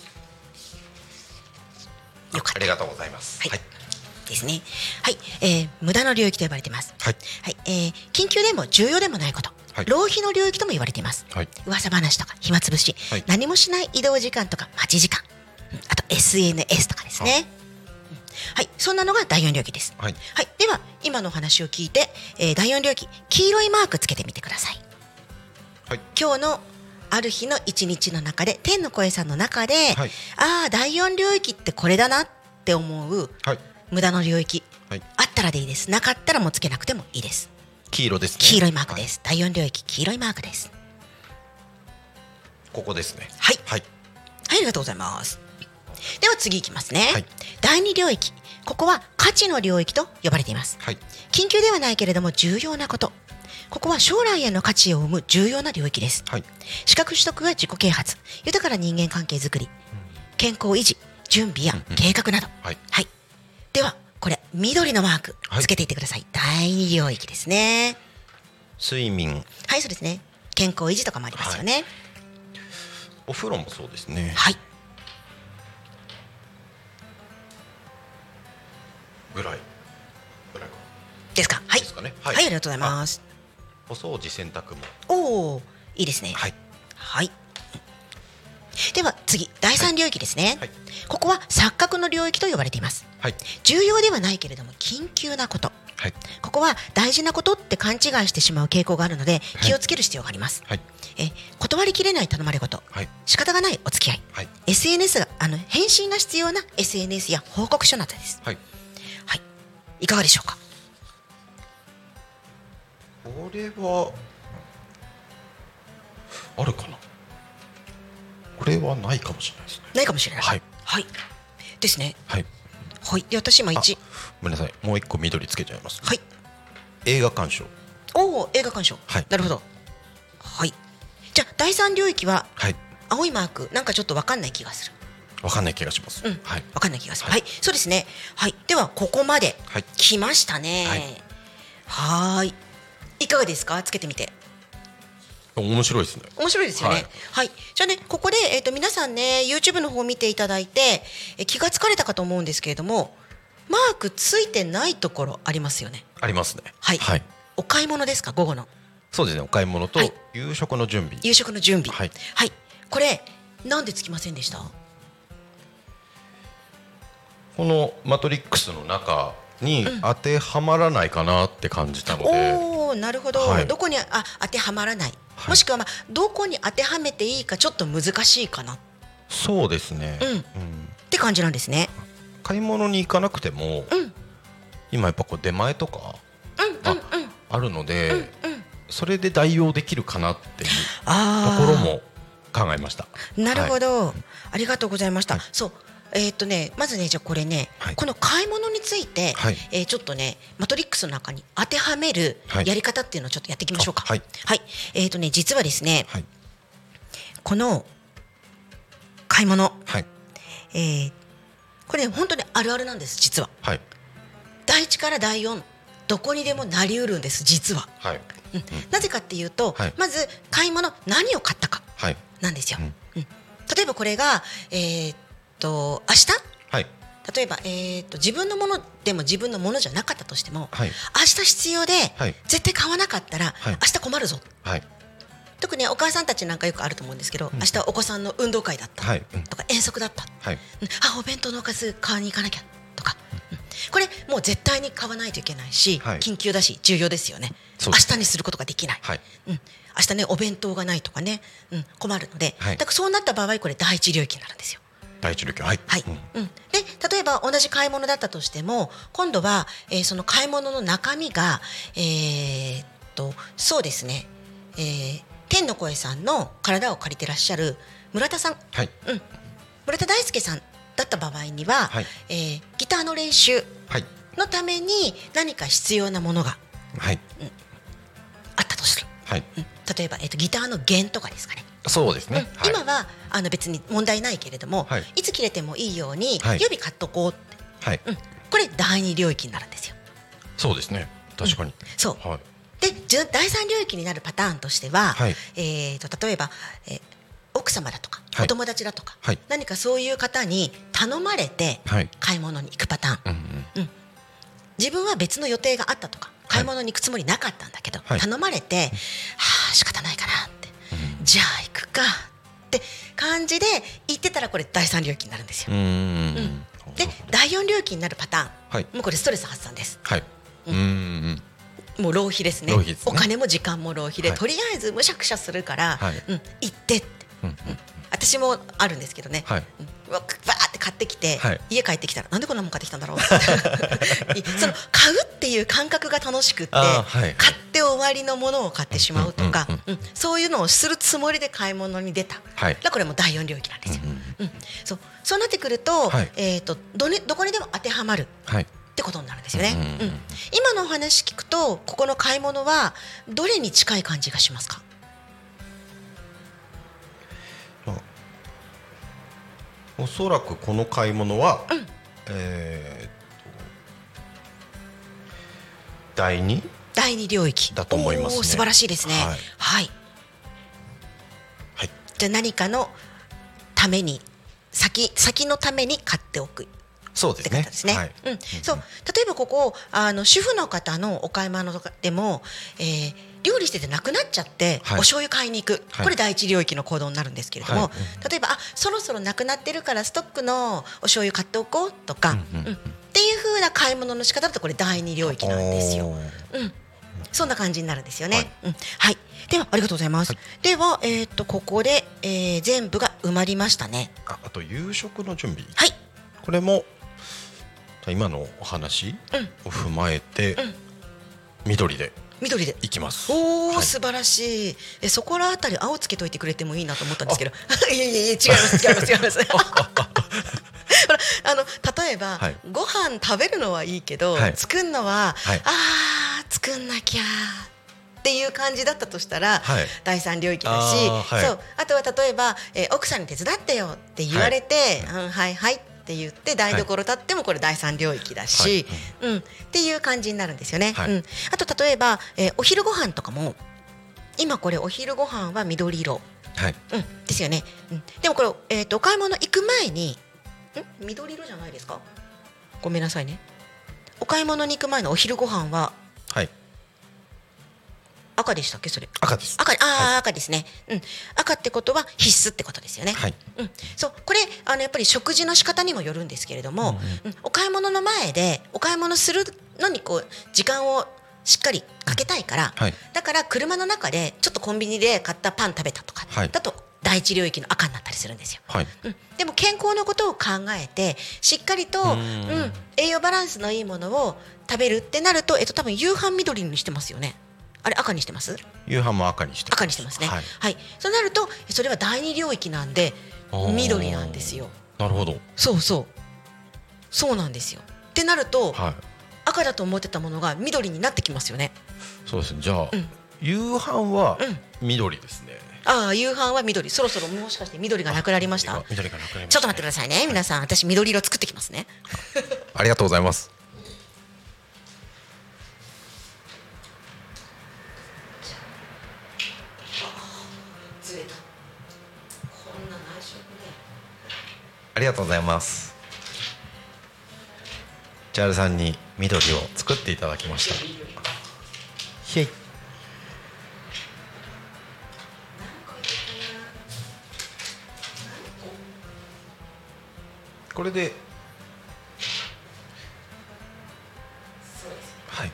よかった、ありがとうございます。はい、はい、 ですね。はい、えー、無駄の領域と呼ばれています。はい、はい、えー、緊急でも重要でもないこと、はい、浪費の領域とも言われています。はい、噂話とか暇つぶし、はい、何もしない移動時間とか待ち時間、あと エスエヌエス とかですね。はい、はい、そんなのがだいよん領域です。はい、はい、では今のお話を聞いて、えー、だいよん領域黄色いマークつけてみてください。はい、今日のある日の一日の中で、天の声さんの中で、はい、ああだいよん領域ってこれだなって思う、はい、無駄の領域、はい、あったらでいいです。なかったらもうつけなくてもいいです。 黄色ですね。 黄色いマークです。はい、だいよん領域黄色いマークです。 ここですね。 はい、はい、はい、ありがとうございます。では次いきますね。はい、だいに領域、ここは価値の領域と呼ばれています。はい、緊急ではないけれども重要なこと、ここは将来への価値を生む重要な領域です。はい、資格取得や自己啓発、豊かな人間関係づくり、うん、健康維持、準備や計画など、うんうん、はい、はい、ではこれ緑のマークつけていってください。はい、だいに領域ですね。 睡眠、 はい、そうですね。健康維持とかもありますよね。はい、 お風呂もそうですね。 はい、 ぐらいぐらいかですか。はい、 ですかね。 はい、はい、ありがとうございます。 お掃除洗濯も、 おお、いいですね。はい、はい、では次だいさん領域ですね。はい、ここは錯覚の領域と呼ばれています。はい、重要ではないけれども緊急なこと、はい、ここは大事なことって勘違いしてしまう傾向があるので気をつける必要があります。はい、え断りきれない頼まれ事、はい、仕方がないお付き合い、はい、エスエヌエス があの返信が必要な エスエヌエス や報告書などです。はい、はい、いかがでしょうか。 これはあるかな。これはないかもしれないですね。 ないかもしれない。はい、はい、ですね。はい、はい、で私今いち、 ごめんなさい、もう一個緑つけちゃいます。 はい、 映画鑑賞。 おお、映画鑑賞、はい、なるほど。はい、じゃあだいさん領域は、はい、青いマークなんかちょっと分かんない気がする。 分かんない気がします。うん、はい、 分かんない気がする。はい、はい、そうですね。はい、ではここまで来ましたね。はい、はい、いかがですか。つけてみて。 面白いですね。 面白いですよね。 はいはい。じゃあね、ここで、えっと、皆さんね、YouTube の方を見ていただいて、え気がつかれたかと思うんですけれども、マークついてないところありますよね。 ありますね。 はい。 はい、 お買い物ですか、午後の。 そうですね。お買い物とはい夕食の準備。 夕食の準備。 はい。 はい。これ、なんでつきませんでした？ このマトリックスの中に当てはまらないかなって感じたので、 おお、なるほど。 はいどこにあ当てはまらない。 はいもしくは、まあ、どこに当てはめていいかちょっと難しいかなっそうですね、 うんうんて感じなんですね。 買い物に行かなくても、 うん今やっぱこう出前とかうんうんうんあるので、 うんうん。 それで代用できるかなっていうとあころも考えました。 なるほど。 ど、ありがとうございました。そう、えーっとね、まずね、じゃあこれね、 はいこの買い物について、 はいえーちょっとね、マトリックスの中に当てはめるはいやり方っていうのをちょっとやっていきましょうか。 あはい、 えーっとね、実はですね、 はいこの買い物、 はいえーこれ、ね、本当にあるあるなんです。実ははいだいいちからだいよん、どこにでもなりうるんです。実は、 はいうんなぜかっていうと、 はいまず買い物、何を買ったかはいなんですよ。 うんうん例えばこれが、えーっと明日はい例えば、えー、と自分のものでも自分のものじゃなかったとしても、 はい明日必要で、 はい絶対買わなかったら、 はい明日困るぞ。 はい特にお母さんたちなんかよくあると思うんですけど、明日はお子さんの運動会だった、 はいうんとか遠足だった、 はいうんあお弁当のおかず買いに行かなきゃとか、うんこれもう絶対に買わないといけないし、 はい緊急だし重要ですよね。明そうです日にすることができない、 はいうん、明日ねお弁当がないとかね、うん、困るので、 はいだからそうなった場合これ第一領域になるんですよ。 第一領域はいはいうんうん、で例えば同じ買い物だったとしても今度は、えーその買い物の中身が、えーっとそうですね、えー天の声さんの体を借りてらっしゃる村田さん、 はいうん、村田大輔さんだった場合には、 はいえーギターの練習はいのために何か必要なものがはいあったとする、 はいうん、例えば、えーっとギターの弦とかですかね。 そうですね、 うん今はあの別に問題ないけれども、 はいいつ切れてもいいように、 はい予備買っとこうって、 はいうん、これだいに領域になるんですよ。 そうですね確かに、 そうはいでじゅだいさん領域になるパターンとしては、 はいえー、と例えば、えー奥様だとか、 はいお友達だとか、 はい何かそういう方に頼まれてはい買い物に行くパターン、 うんうん自分は別の予定があったとか買い物に行くつもりなかったんだけど、 はい頼まれて、はあ仕方ないかなって、じゃあ行くかって感じで行ってたらこれだいさん領域になるんですよ。 うーんうんでだいよん領域になるパターン、 はいもうこれストレス発散です。 はいうんうんもう浪費ですね。 浪費ですねお金も時間も浪費で、 はいとりあえずむしゃくしゃするから、 はいうん、行ってって、 うんうん私もあるんですけどね、 はいうんうわバーって買ってきて、 はい家帰ってきたらなんでこんなもん買ってきたんだろうっていその買うっていう感覚が楽しくって、 あーはい買って終わりのものを買ってしまうとか、 うんうんうんそういうのをするつもりで買い物に出た、 はいだからこれもだいよん領域なんですよ。 うんうんうんそうそうなってくると,、 はいえー、とどにどこにでも当てはまるはいってことになるんですよね。 うんうんうんうん今のお話聞くとここの買い物はどれに近い感じがしますか？ まあおそらくこの買い物は、 うんえーっとだいにだいに領域だと思いますねおー素晴らしいですね。 はいはい、 はいじゃあ何かのために先先のために買っておくってそうですね方ですね。 はいうん、そう例えばここあの主婦の方のお買い物とかでも、えー料理しててなくなっちゃって、 はいお醤油買いに行く、 はいこれ第一領域の行動になるんですけれども、 はい例えばあそろそろなくなってるからストックのお醤油買っておこうとか、 うんうんうんうんっていう風な買い物の仕方だとこれ第二領域なんですよ。 おーうん、そんな感じになるんですよね。 はいうん、はい。ではありがとうございます。 はいではえーっとここで、えー全部が埋まりましたね。 ああと夕食の準備はい。 これも今のお話を踏まえて、 うん緑で緑で。 いきます。 おお、 はい素晴らしい。えそこらあたり青つけといてくれてもいいなと思ったんですけど。いやいやいや違います違います違います。ほらあの例えば、 はいご飯食べるのはいいけど、 はい作るのは、 はいあー作んなきゃっていう感じだったとしたら、 はい第三領域だし、 あーはいそうあとは例えば、えー奥さんに手伝ってよって言われて、うん、はいはいって言って台所立ってもこれ第三領域だし、うん、っていう感じになるんですよね。 はいうん、あと例えば、えーお昼ご飯とかも今これお昼ご飯は緑色、 はいうん、ですよね、うん、でもこれ、えーと、お買い物行く前にん緑色じゃないですか、ごめんなさいね、お買い物に行く前のお昼ご飯ははい赤でしたっけ、それ赤です。 赤、あー、 はい、 赤ですね、うん、赤ってことは必須ってことですよね、 はい、 うん、そうこれあのやっぱり食事の仕方にもよるんですけれども、 うんうん、 お買い物の前でお買い物するのにこう時間をしっかりかけたいから、 はい、 だから車の中でちょっとコンビニで買ったパン食べたとか、 はい、 だと第一領域の赤になったりするんですよ、 はいうん、でも健康のことを考えてしっかりと、うん、栄養バランスのいいものを食べるってなると、えっと、多分夕飯緑にしてますよね、あれ赤にしてます？ 夕飯も赤にしてます。 赤にしてますね、 はい、 はい、そうなるとそれは第二領域なんで緑なんですよ。 なるほど、 そうそうそうなんですよ。ってなると、 はい、 赤だと思ってたものが緑になってきますよね。 そうですね。じゃあ、 うん、 夕飯は緑ですね、 うん、ああ、夕飯は緑、そろそろもしかして緑がなくなりました？ 緑がなくなりましたね。 ちょっと待ってくださいね、皆さん、私緑色作ってきますねありがとうございます。 ずれた、こんな内緒ね。 ありがとうございます。チャールさんに緑を作っていただきました。へい。これで、はい。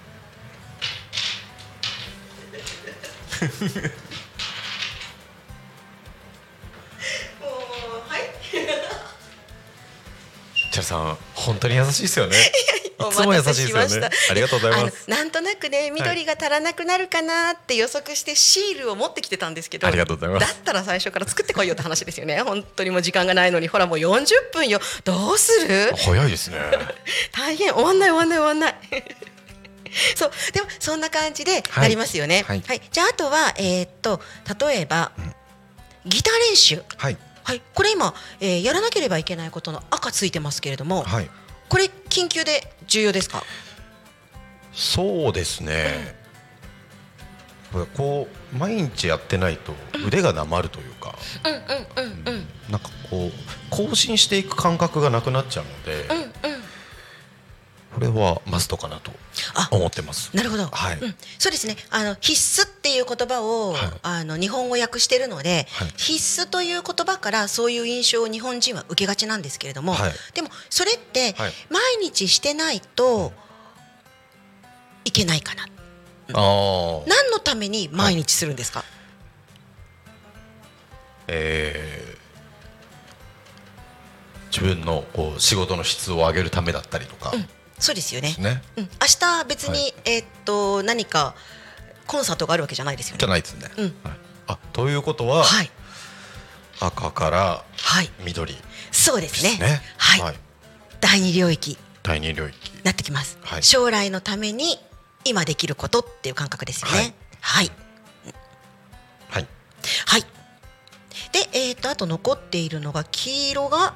チャールさん、本当に優しいですよね。いつも優しいですよね。ありがとうございます。 なんとなくね、緑が足らなくなるかなって予測してシールを持ってきてたんですけど、 ありがとうございます。 だったら最初から作ってこいよって話ですよね。本当にもう時間がないのに、ほらもうよんじゅっぷんよ、どうする？ 早いですね。 大変、終わんない終わんない終わんないそうでもそんな感じでなりますよね。はい、はい、じゃああとは、えー、っと例えば、うん、ギター練習、 はいはい、これ今、えー、やらなければいけないことの赤ついてますけれども、 はい、 これ緊急で重要ですか？ そうですね、うん、こう毎日やってないと腕がなまるというか、 うんうんうんうん、 なんかこう更新していく感覚がなくなっちゃうので、 うんうん、 これはマストかなと思ってます。 なるほど、 はい、 うん、そうですね、あの必須っていう言葉を、はい、あの日本語訳しているので、はい、必須という言葉からそういう印象を日本人は受けがちなんですけれども、はい、でもそれって毎日してないといけないかな、 あ、 何のために毎日するんですか？はい、 えー、自分のこう仕事の質を上げるためだったりとか、うん、 そうですよね。 ね、 うん、明日別に、はい、えー、っと何かコンサートがあるわけじゃないですよね。 じゃないですね。 うん、はい、 あ、ということは、はい、赤から緑、 はい、そうですね。 ね、 はい、はい、だいに領域第二領域なってきます、 はい、 将来のために今できることっていう感覚ですよね。はいはい、 はい、で、えー、とあと残っているのが黄色が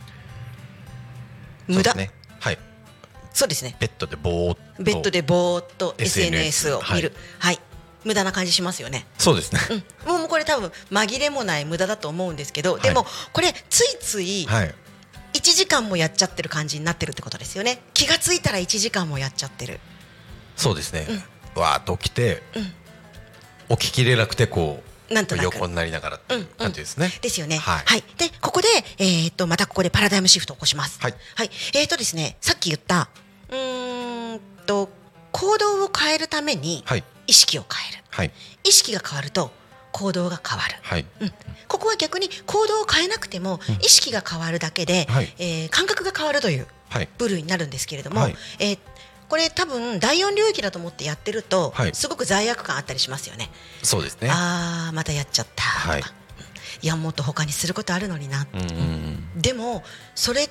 無駄。そうですね、 はい、 そうですね、 ベッドでぼーっとベッドでぼーっと エスエヌエス を見る、はい、はい、無駄な感じしますよね。 そうですね、 うん、もうこれ多分紛れもない無駄だと思うんですけど、はい、でもこれついついいちじかんもやっちゃってる感じになってるってことですよね。気がついたらいちじかんもやっちゃってる。 そうですね、うん、わーっと起きて、うん、起ききれなくてこうなんとなく横になりながらっていう感じですね、 うんうん、ですよね。 はい、 はい、でここで、えー、とまたここでパラダイムシフトを起こします。 はい、 はい、えーとですね、さっき言ったうーんと行動を変えるために意識を変える、はい、意識が変わると行動が変わる、はい、うん、ここは逆に行動を変えなくても意識が変わるだけで、うん、えー、感覚が変わるという部類になるんですけれども、はい、えーこれ多分だいよん領域だと思ってやってると、はい、すごく罪悪感あったりしますよね。 そうですね。 あーまたやっちゃったとか、はい、いやもっと他にすることあるのにな、うんうんうん、でもそれって、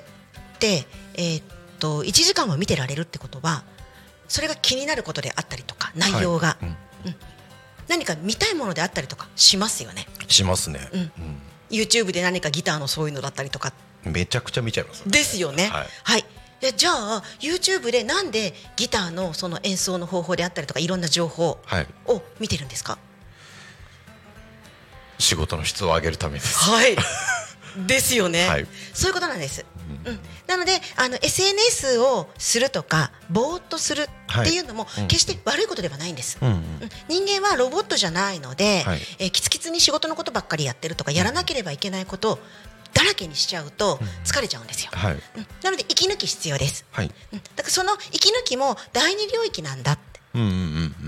えー、っといちじかんも見てられるってことはそれが気になることであったりとか内容が、はい、うんうん、何か見たいものであったりとかしますよね。 しますね、うんうん、 YouTube で何かギターのそういうのだったりとかめちゃくちゃ見ちゃいます、ね、 ですよね。 はい、 はい、じゃあ YouTube でなんでギターのその演奏の方法であったりとかいろんな情報を見てるんですか？ 仕事の質を上げるためです。 はいですよね、 はい、 そういうことなんです、うんうん、なのであの エスエヌエス をするとかぼーっとするっていうのも決して悪いことではないんです、 うんうん、 人間はロボットじゃないので、 はい、 えー、キツキツに仕事のことばっかりやってるとかやらなければいけないことをだらけにしちゃうと疲れちゃうんですよ、 はい、 うん、なので息抜き必要です、 はい、 うん、だからその息抜きも第二領域なんだって、 うんうんうん、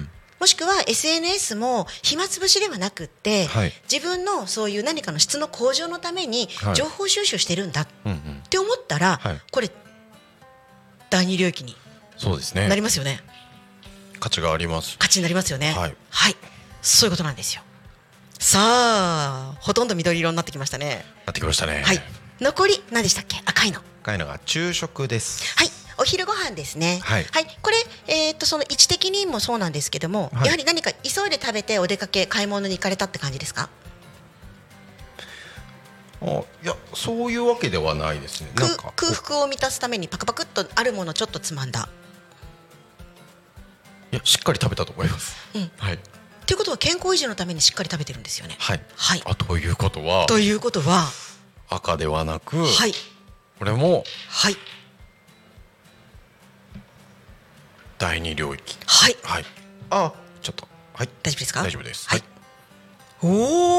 もしくは エスエヌエス も暇つぶしではなくって、 はい、 自分のそういう何かの質の向上のために情報収集してるんだって思ったら、 はい、これ第二領域になりますよね。 価値があります。 価値になりますよね。 はい、 はい、そういうことなんですよ。さあほとんど緑色になってきましたね。 なってきましたね。 はい、残り何でしたっけ？赤いの。 赤いのが昼食です。 はい、お昼ご飯ですね。 はい、 はい、これ、えー、っとその位置的にもそうなんですけども、はい、やはり何か急いで食べてお出かけ買い物に行かれたって感じですか？ あ、いやそういうわけではないですね。なんか空腹を満たすためにパクパクっとあるものちょっとつまんだ。 いやしっかり食べたと思います。 うん、 はい。 ということは健康維持のためにしっかり食べてるんですよね。 はい。 はい。 あ、ということは。 ということは赤ではなく。 はい。 これも。 はい。 第二領域。 はい。 はい。あ、ちょっと。はい。 大丈夫ですか？ 大丈夫です。 はい。 はい、 お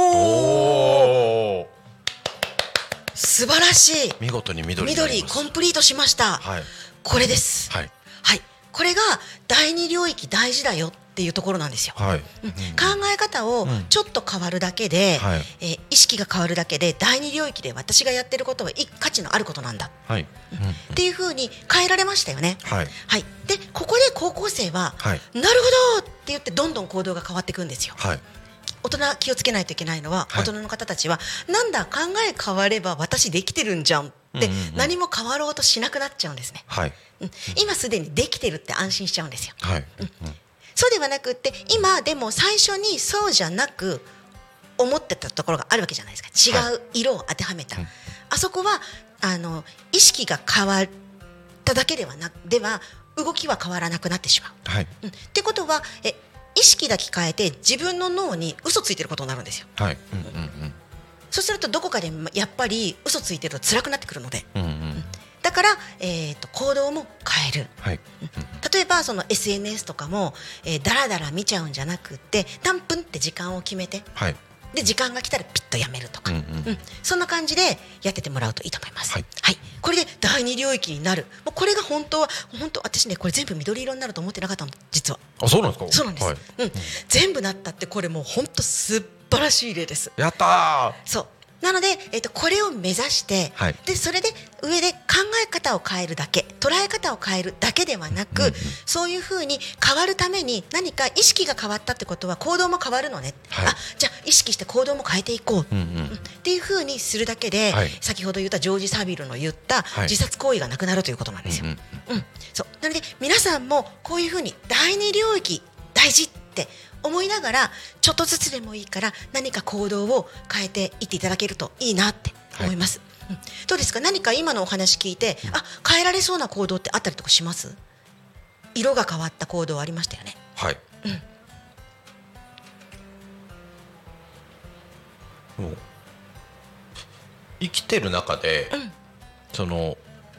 お。 お。素晴らしい。 見事に緑に緑コンプリートしました。 はい。 これです。 はい。 はい。これが第二領域大事だよっていうところなんですよ。 はい、 うん、考え方をちょっと変わるだけで、うん、えー、意識が変わるだけで第二領域で私がやってることは価値のあることなんだ、 はい、 うん、っていう風に変えられましたよね。 はい、 はい、でここで高校生は、はい、なるほどって言ってどんどん行動が変わっていくんですよ。はい、大人気をつけないといけないのは、はい、大人の方たちはなんだ考え変われば私できてるんじゃんって何も変わろうとしなくなっちゃうんですね。はい、うん、今すでにできてるって安心しちゃうんですよ。はい、うん、そうではなくって今でも最初にそうじゃなく思ってたところがあるわけじゃないですか。違う色を当てはめた、はい、あそこはあの意識が変わっただけではなでは動きは変わらなくなってしまう、はい、うん、ってことはえ意識だけ変えて自分の脳に嘘ついてることになるんですよ。はい、うんうんうん、そうするとどこかでやっぱり嘘ついてると辛くなってくるので、うんうんうん、だから、えー、と行動も変える、はい、うん、例えばその エスエヌエス とかも、えー、だらだら見ちゃうんじゃなくって何分って時間を決めて、はい、で時間が来たらピッとやめるとか、うんうんうん、そんな感じでやっててもらうといいと思います。はい、はい、これで第二領域になる。もうこれが本当は本当私ねこれ全部緑色になると思ってなかったの実は。 あ、そうなんですか。 そうなんです、はい、うん、全部なったってこれもう本当素晴らしい例です。 やったー。 そうなので、えー、とこれを目指して、はい、でそれで上で考え方を変えるだけ捉え方を変えるだけではなく、うんうん、そういうふうに変わるために何か意識が変わったってことは行動も変わるのね、はい、あじゃあ意識して行動も変えていこう、うんうん、っていうふうにするだけで、はい、先ほど言ったジョージ・サビルの言った自殺行為がなくなるということなんですよ、はい、うんうん、そうなので皆さんもこういうふうに第二領域大事って思いながらちょっとずつでもいいから何か行動を変えていっていただけるといいなって思います、はい、うん、どうですか。何か今のお話聞いて、うん、あ変えられそうな行動ってあったりとかします？色が変わった行動ありましたよね。 はい、うん、もう生きてる中で、うん、その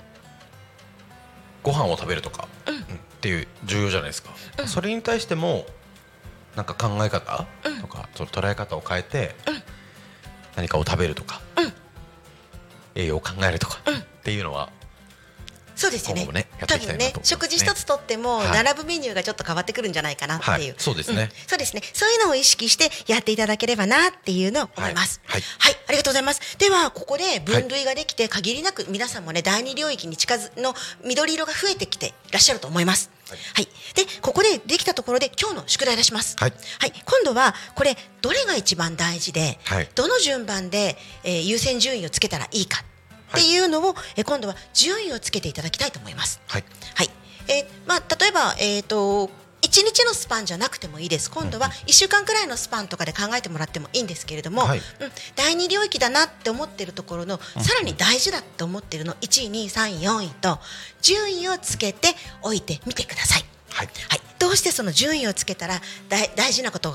ご飯を食べるとか、うん、っていう重要じゃないですか、うん、それに対してもなんか考え方とか、うん、その捉え方を変えて、うん、何かを食べるとか、うん、栄養を考えるとか、うん、っていうのはそうですよね。 今後もねやっていきたいなと思いますね。 多分ね食事一つとっても並ぶメニューがちょっと変わってくるんじゃないかなっていう、はいはい、 そうですね、うん、 そうですね。そういうのを意識してやっていただければなっていうのを思います。はい、はいはい、ありがとうございます。ではここで分類ができて限りなく皆さんもね第二領域に近づの緑色が増えてきていらっしゃると思います。はいはい、でここでできたところで今日の宿題出します。はい、はい、今度はこれどれが一番大事で、はい、どの順番で、えー、優先順位をつけたらいいかっていうのを、はい、え今度は順位をつけていただきたいと思います。はい、はい、えーまあ、例えば、えーといちにちのスパンじゃなくてもいいです。今度はいっしゅうかんくらいのスパンとかで考えてもらってもいいんですけれども、はい、うん、第二領域だなって思ってるところの、うん、さらに大事だって思ってるのいちい、にい、さんい、よんいと順位をつけておいてみてください。はいはい、どうしてその順位をつけたら大大事なことが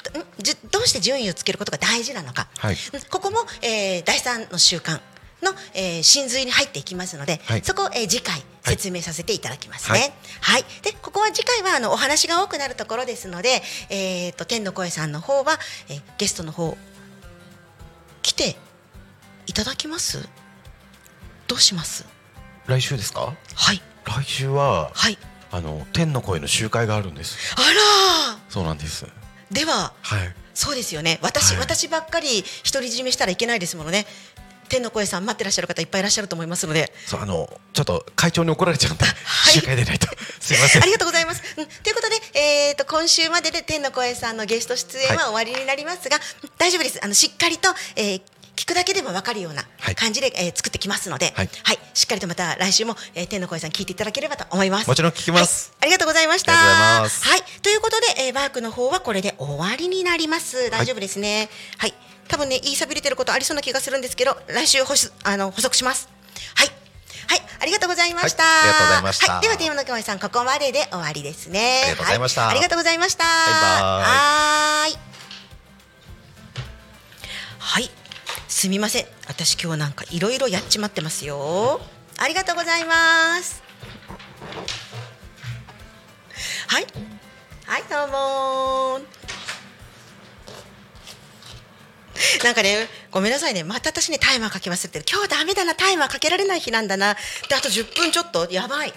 んじどうして順位をつけることが大事なのか、 はい、 ここも、えー、だいさんの習慣の、えー、真髄に入っていきますので、はい、そこを、えー、次回説明させていただきますね。はい、はい、でここは次回はあのお話が多くなるところですので、えー、と天の声さんの方は、えー、ゲストの方来ていただきます？どうします？ 来週ですか？ はい、 来週は、 はい、 あの天の声の集会があるんです。 あら、 そうなんです。 では、 はい、 そうですよね。私、はい、私ばっかり独り占めしたらいけないですものね。天の声さん待ってらっしゃる方いっぱいいらっしゃると思いますので、 そうあのちょっと会長に怒られちゃうんで、はい、集会でないとすいません。 ありがとうございます、うん、ということで、えー、と今週までで天の声さんのゲスト出演は終わりになりますが、はい、大丈夫です。あのしっかりと、えー、聞くだけでも分かるような感じで、はい、えー、作ってきますので、はいはい、しっかりとまた来週も、えー、天の声さん聞いていただければと思います。 もちろん聞きます、 はい、ありがとうございました。 ありがとうございます。 はい、ということで、えー、ワークの方はこれで終わりになります。大丈夫ですね。はい、多分ね言いさびれてることありそうな気がするんですけど、来週補しあの補足します。はいはい、ありがとうございました。 はい、ありがとうございました。 はい、では天の声さんここまでで終わりですね。 ありがとうございました。 はい、ありがとうございました。 バイバイ。 はーい。はい、すみません。私今日なんかいろいろやっちまってますよ。ありがとうございます。はいはい、どうもー。なんかね、ごめんなさいね、また私ねタイマーかけ忘れてる。今日ダメだな、タイマーかけられない日なんだな。であとじゅっぷんちょっとやばい。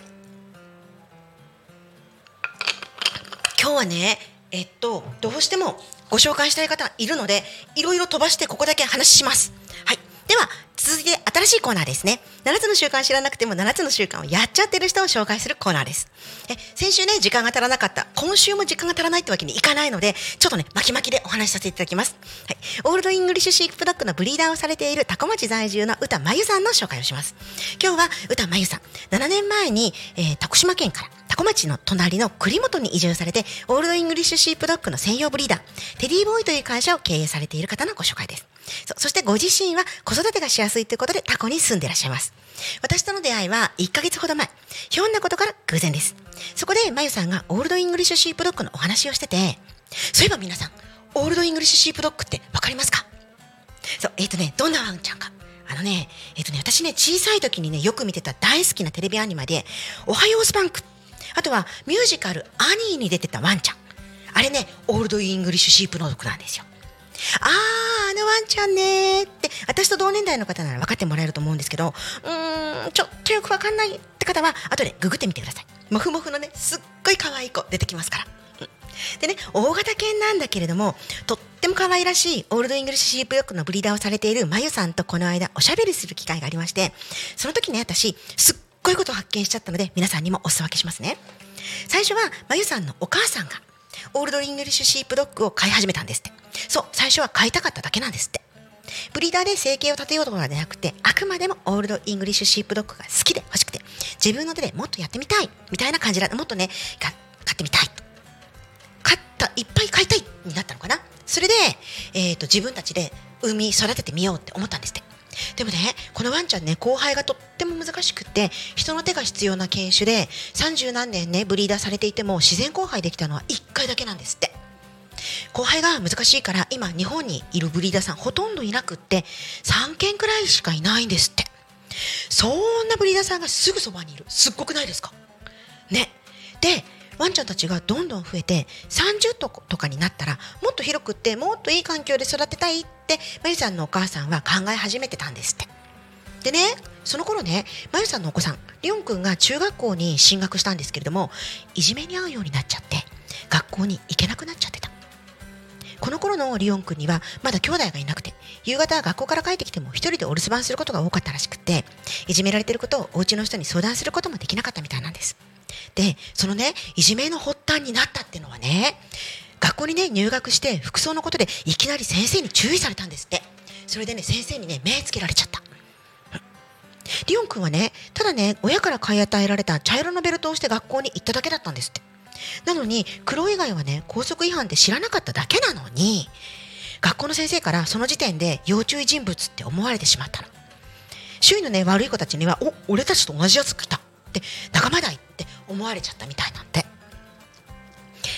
今日はねえっとどうしてもご紹介したい方いるので、いろいろ飛ばしてここだけ話します。はい、では続いて新しいコーナーですね。ななつの習慣知らなくてもななつの習慣をやっちゃってる人を紹介するコーナーです。え先週ね時間が足らなかった、今週も時間が足らないってわけにいかないので、ちょっとね巻き巻きでお話しさせていただきます。はい、オールドイングリッシュシープドッグのブリーダーをされている多古町在住の宇田真由さんの紹介をします。今日は宇田真由さん、ななねんまえに、えー、徳島県から多古町の隣の栗本に移住されて、オールドイングリッシュシープドッグの専用ブリーダーテディボーイという会社を経営されている方のご紹介です。 そ, そしてご自身は子育てがしやすいということでタコに住んでいらっしゃいます。私との出会いはいっかげつほど前、ひょんなことから偶然です。そこでまゆさんがオールドイングリッシュシープドッグのお話をしてて、そういえば皆さんオールドイングリッシュシープドッグってわかりますか？そうえっ、ー、とねどんなワンちゃんか、あのねえっ、ー、とね私ね小さい時にねよく見てた大好きなテレビアニメでおはようスパンク、あとはミュージカルアニーに出てたワンちゃん、あれねオールドイングリッシュシープドッグなんですよ。あーあのワンちゃんねーって私と同年代の方なら分かってもらえると思うんですけど、うーんちょっとよく分かんないって方は後でググってみてください。モフモフのねすっごい可愛い子出てきますから、うん、でね大型犬なんだけれどもとっても可愛らしいオールドイングリッシュシープドッグのブリーダーをされているまゆさんとこの間おしゃべりする機会がありまして、その時ね私すっごいことを発見しちゃったので皆さんにもお裾分けしますね。最初はまゆさんのお母さんがオールドイングリッシュシープドッグを飼い始めたんですって。そう最初は飼いたかっただけなんですって。ブリーダーで生計を立てようとかではなくて、あくまでもオールドイングリッシュシープドッグが好きで欲しくて、自分の手でもっとやってみたいみたいな感じだ。もっとね飼ってみたい、飼ったいっぱい飼いたいになったのかな。それで、えー、と自分たちで産み育ててみようって思ったんですって。でもねこのワンちゃんね交配がとっても難しくって人の手が必要な犬種で、三十何年ねブリーダーされていても自然交配できたのはいっかいだけなんですって。交配が難しいから今日本にいるブリーダーさんほとんどいなくってさんけんくらいしかいないんですって。そんなブリーダーさんがすぐそばにいる、すっごくないですかね。でワンちゃんたちがどんどん増えてさんじゅっとことかになったらもっと広くってもっといい環境で育てたいってまゆさんのお母さんは考え始めてたんですって。でねその頃ねまゆさんのお子さんリオンくんが中学校に進学したんですけれども、いじめに遭うようになっちゃって学校に行けなくなっちゃってた。この頃のリオンくんにはまだ兄弟がいなくて、夕方学校から帰ってきても一人でお留守番することが多かったらしくて、いじめられてることをお家の人に相談することもできなかったみたいなんです。でそのねいじめの発端になったっていうのはね、学校にね入学して服装のことでいきなり先生に注意されたんですって。それでね先生にね目つけられちゃった。リオンくんはねただね親から買い与えられた茶色のベルトをして学校に行っただけだったんですって。なのに黒以外はね校則違反で知らなかっただけなのに、学校の先生からその時点で要注意人物って思われてしまったの。周囲のね悪い子たちにはお俺たちと同じやつ来たって仲間だいって思われちゃったみたいなんで。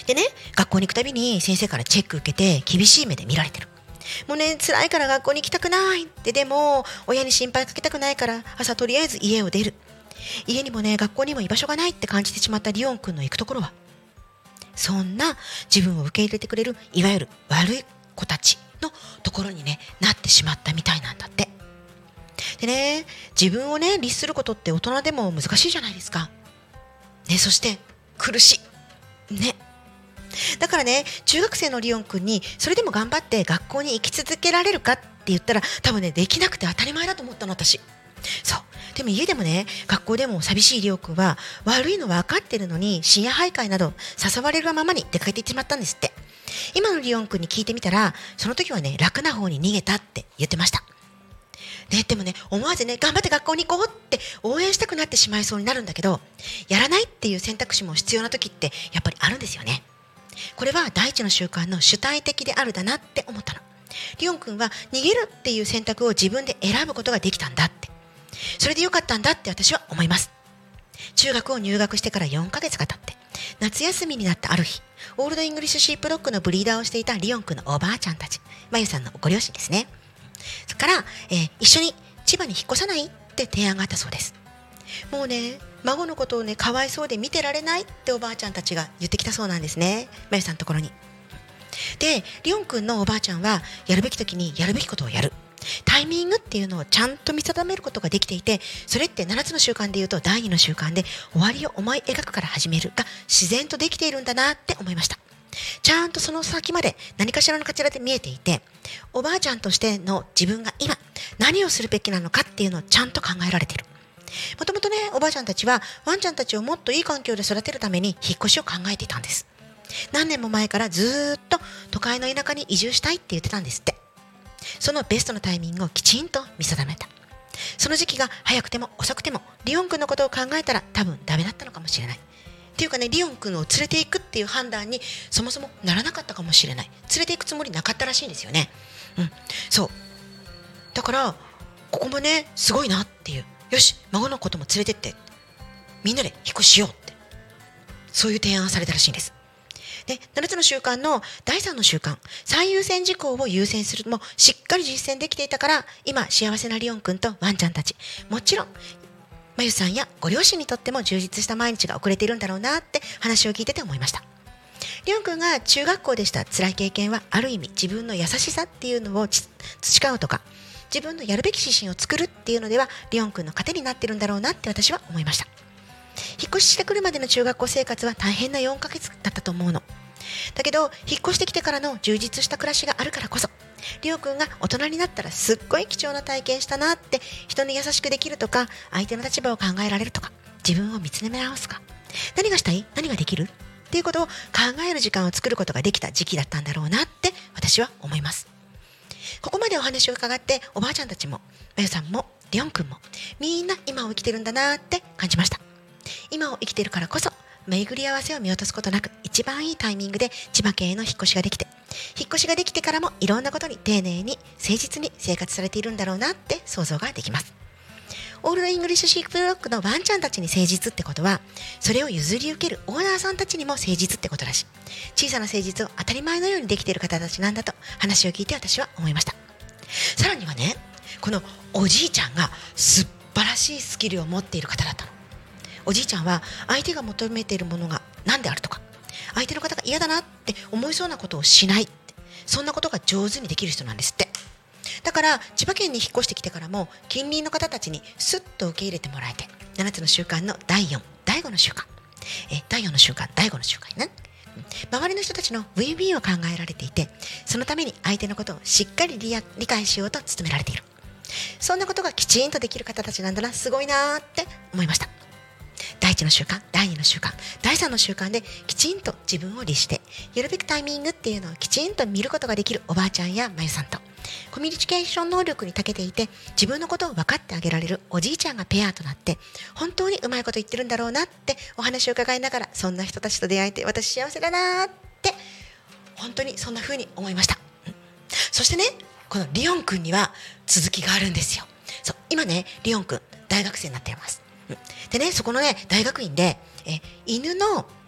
でね、学校に行くたびに先生からチェック受けて厳しい目で見られてる。もうね、辛いから学校に行きたくないって、でも親に心配かけたくないから朝とりあえず家を出る。家にもね、学校にも居場所がないって感じてしまったリオンくんの行くところは、そんな自分を受け入れてくれるいわゆる悪い子たちのところにね、なってしまったみたいなんだって。でね、自分をね律することって大人でも難しいじゃないですかね。そして苦しいね。だからね、中学生のリオンくんにそれでも頑張って学校に行き続けられるかって言ったら、多分ねできなくて当たり前だと思ったの、私。そうでも家でもね、学校でも寂しいリオンくんは悪いの分かってるのに深夜徘徊など誘われるままに出かけていってしまったんですって。今のリオンくんに聞いてみたら、その時はね楽な方に逃げたって言ってました。ね、でもね、思わずね、頑張って学校に行こうって応援したくなってしまいそうになるんだけど、やらないっていう選択肢も必要な時ってやっぱりあるんですよね。これは第一の習慣の主体的であるだなって思ったの。リオン君は逃げるっていう選択を自分で選ぶことができたんだって、それでよかったんだって私は思います。中学を入学してからよんかげつが経って、夏休みになったある日、オールドイングリッシュシープドッグのブリーダーをしていたリオン君のおばあちゃんたち、まゆさんのご両親ですね。それから、えー、一緒に千葉に引っ越さないって提案があったそうです。もうね、孫のことをねかわいそうで見てられないっておばあちゃんたちが言ってきたそうなんですね、まゆさんのところに。で、リオン君のおばあちゃんはやるべき時にやるべきことをやる、タイミングっていうのをちゃんと見定めることができていて、それってななつの習慣でいうとだいにの習慣で終わりを思い描くから始めるが自然とできているんだなって思いました。ちゃんとその先まで何かしらの形で見えていて、おばあちゃんとしての自分が今何をするべきなのかっていうのをちゃんと考えられている。もともとね、おばあちゃんたちはワンちゃんたちをもっといい環境で育てるために引っ越しを考えていたんです。何年も前からずっと都会の田舎に移住したいって言ってたんですって。そのベストのタイミングをきちんと見定めた。その時期が早くても遅くてもリオン君のことを考えたら多分ダメだったのかもしれないっていうかね、リオン君を連れていくっていう判断にそもそもならなかったかもしれない。連れていくつもりなかったらしいんですよね。うん、そうだからここもねすごいなっていう、よし孫のことも連れてってみんなで引っ越ししようって、そういう提案されたらしいんです。で、ななつの習慣のだいさんの習慣、最優先事項を優先するもしっかり実践できていたから、今幸せなリオン君とワンちゃんたち、もちろんまゆさんやご両親にとっても充実した毎日が送れているんだろうなって話を聞いてて思いました。リオン君が中学校でした辛い経験は、ある意味自分の優しさっていうのを培うとか、自分のやるべき指針を作るっていうのではリオン君の糧になってるんだろうなって私は思いました。引っ越ししてくるまでの中学校生活は大変なよんかげつだったと思うの。だけど引っ越してきてからの充実した暮らしがあるからこそ、リオ君が大人になったらすっごい貴重な体験したなって、人に優しくできるとか、相手の立場を考えられるとか、自分を見つめ直すか、何がしたい、何ができるっていうことを考える時間を作ることができた時期だったんだろうなって私は思います。ここまでお話を伺って、おばあちゃんたちもまゆさんもリオン君もみんな今を生きてるんだなって感じました。今を生きてるからこそ巡り合わせを見落とすことなく、一番いいタイミングで千葉県への引っ越しができて、引っ越しができてからもいろんなことに丁寧に誠実に生活されているんだろうなって想像ができます。オールドイングリッシュシープドッグのワンちゃんたちに誠実ってことは、それを譲り受けるオーナーさんたちにも誠実ってことだし、小さな誠実を当たり前のようにできている方たちなんだと話を聞いて私は思いました。さらにはね、このおじいちゃんが素晴らしいスキルを持っている方だったの。おじいちゃんは相手が求めているものが何であるとか、相手の方が嫌だなって思いそうなことをしないって、そんなことが上手にできる人なんですって。だから千葉県に引っ越してきてからも近隣の方たちにスッと受け入れてもらえて、ななつの習慣のだいよん、だいごの習慣、えだいよんの習慣、だいごの習慣ね、周りの人たちのウィンウィンを考えられていて、そのために相手のことをしっかり理解しようと努められている。そんなことがきちんとできる方たちなんだな、すごいなって思いました。だいいちの習慣、だいにの習慣、だいさんの習慣できちんと自分を律して、やるべきタイミングっていうのをきちんと見ることができるおばあちゃんやまゆさんと、コミュニケーション能力に長けていて自分のことを分かってあげられるおじいちゃんがペアとなって、本当にうまいこと言ってるんだろうなってお話を伺いながら、そんな人たちと出会えて私幸せだなって本当にそんな風に思いました。そしてね、このリオンくんには続きがあるんですよ。そう、今ねリオンくん大学生になっています。でね、そこのね大学院でえ犬の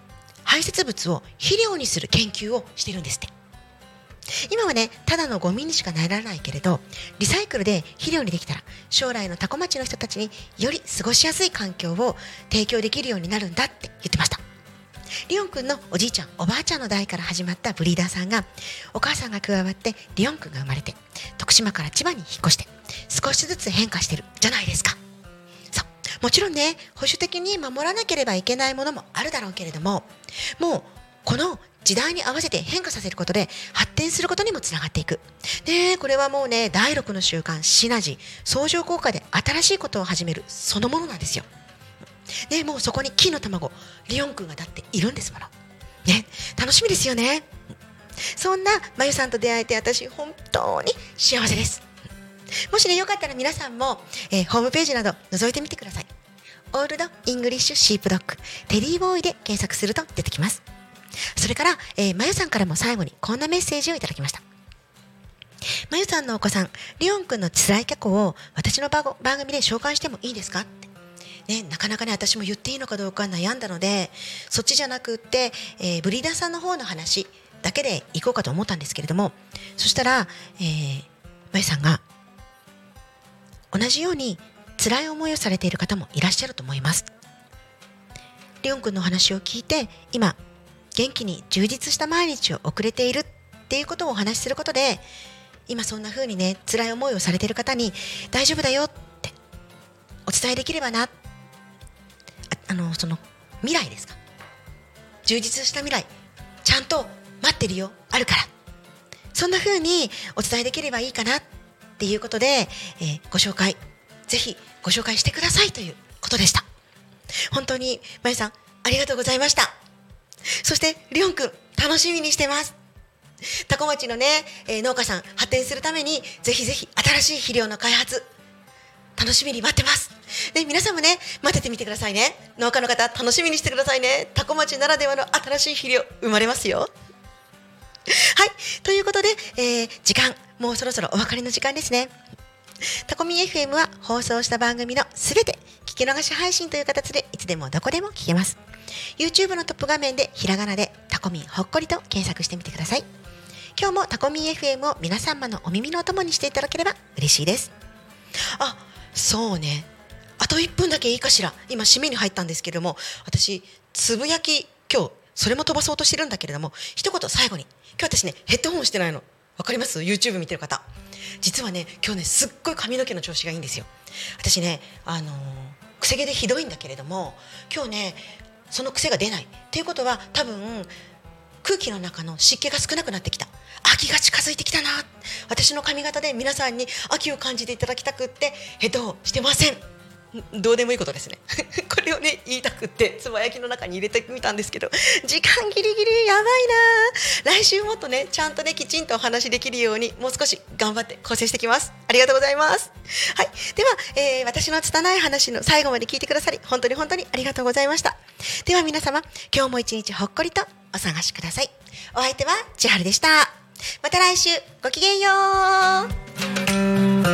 排泄物を肥料にする研究をしているんですって。今はねただのゴミにしかならないけれど、リサイクルで肥料にできたら将来の多古町の人たちにより過ごしやすい環境を提供できるようになるんだって言ってました。リオンくんのおじいちゃんおばあちゃんの代から始まったブリーダーさんが、お母さんが加わってリオンくんが生まれて徳島から千葉に引っ越して少しずつ変化してるじゃないですか。そうもちろんね保守的に守らなければいけないものもあるだろうけれども、もうこの時代に合わせて変化させることで発展することにもつながっていく。でこれはもうねだいろくの習慣シナジー相乗効果で新しいことを始めるそのものなんですよ。ね、もうそこに金の卵リオンくんがだっているんですもの、ね、楽しみですよね。そんなまゆさんと出会えて私本当に幸せです。もしねよかったら皆さんも、えー、ホームページなど覗いてみてください。オールドイングリッシュシープドッグテディボーイで検索すると出てきます。それから、えー、まゆさんからも最後にこんなメッセージをいただきました。まゆさんのお子さんリオンくんの辛い過去を私の番組で紹介してもいいですかって、ね、なかなかね私も言っていいのかどうか悩んだので、そっちじゃなくって、えー、ブリーダーさんの方の話だけでいこうかと思ったんですけれども、そしたら、えー、まゆさんが同じように辛い思いをされている方もいらっしゃると思います。リオンくんの話を聞いて今元気に充実した毎日を送れているっていうことをお話しすることで、今そんな風にね辛い思いをされている方に大丈夫だよってお伝えできればな、あ, あのその未来ですか、充実した未来ちゃんと待ってるよあるから、そんな風にお伝えできればいいかなっていうことで、えー、ご紹介ぜひご紹介してくださいということでした。本当にまゆさんありがとうございました。そしてリオンくん楽しみにしてます。多古町のね、えー、農家さん発展するためにぜひぜひ新しい肥料の開発楽しみに待ってます。で皆さんもね待っててみてくださいね。農家の方楽しみにしてくださいね。多古町ならではの新しい肥料生まれますよ。はいということで、えー、時間もうそろそろお別れの時間ですね。タコミ エフエム は放送した番組のすべて聞き逃し配信という形でいつでもどこでも聞けます。 YouTube のトップ画面でひらがなでタコミンほっこりと検索してみてください。今日もタコミ エフエム を皆様のお耳のお供にしていただければ嬉しいです。あ、そうね、あといっぷんだけいいかしら。今締めに入ったんですけれども、私つぶやき今日それも飛ばそうとしてるんだけれども、一言最後に、今日私ねヘッドホンしてないのわかります？ YouTube 見てる方、実はね今日ねすっごい髪の毛の調子がいいんですよ。私ねあのー、癖毛でひどいんだけれども、今日ねその癖が出ないっていうことは多分空気の中の湿気が少なくなってきた、秋が近づいてきたな、私の髪型で皆さんに秋を感じていただきたくってヘッドホンしてません。どうでもいいことですねこれをね言いたくってつばやきの中に入れてみたんですけど、時間ギリギリやばいな。来週もっとねちゃんとねきちんとお話できるようにもう少し頑張って構成してきます。ありがとうございます。はい、では、えー、私の拙い話の最後まで聞いてくださり本当に本当にありがとうございました。では皆様今日も一日ほっこりとお過ごしください。お相手は千春でした。また来週ごきげんよう。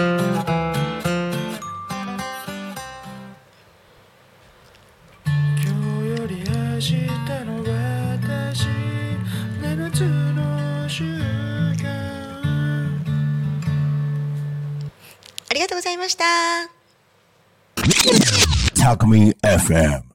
ありがとうございました。 タコミ エフエム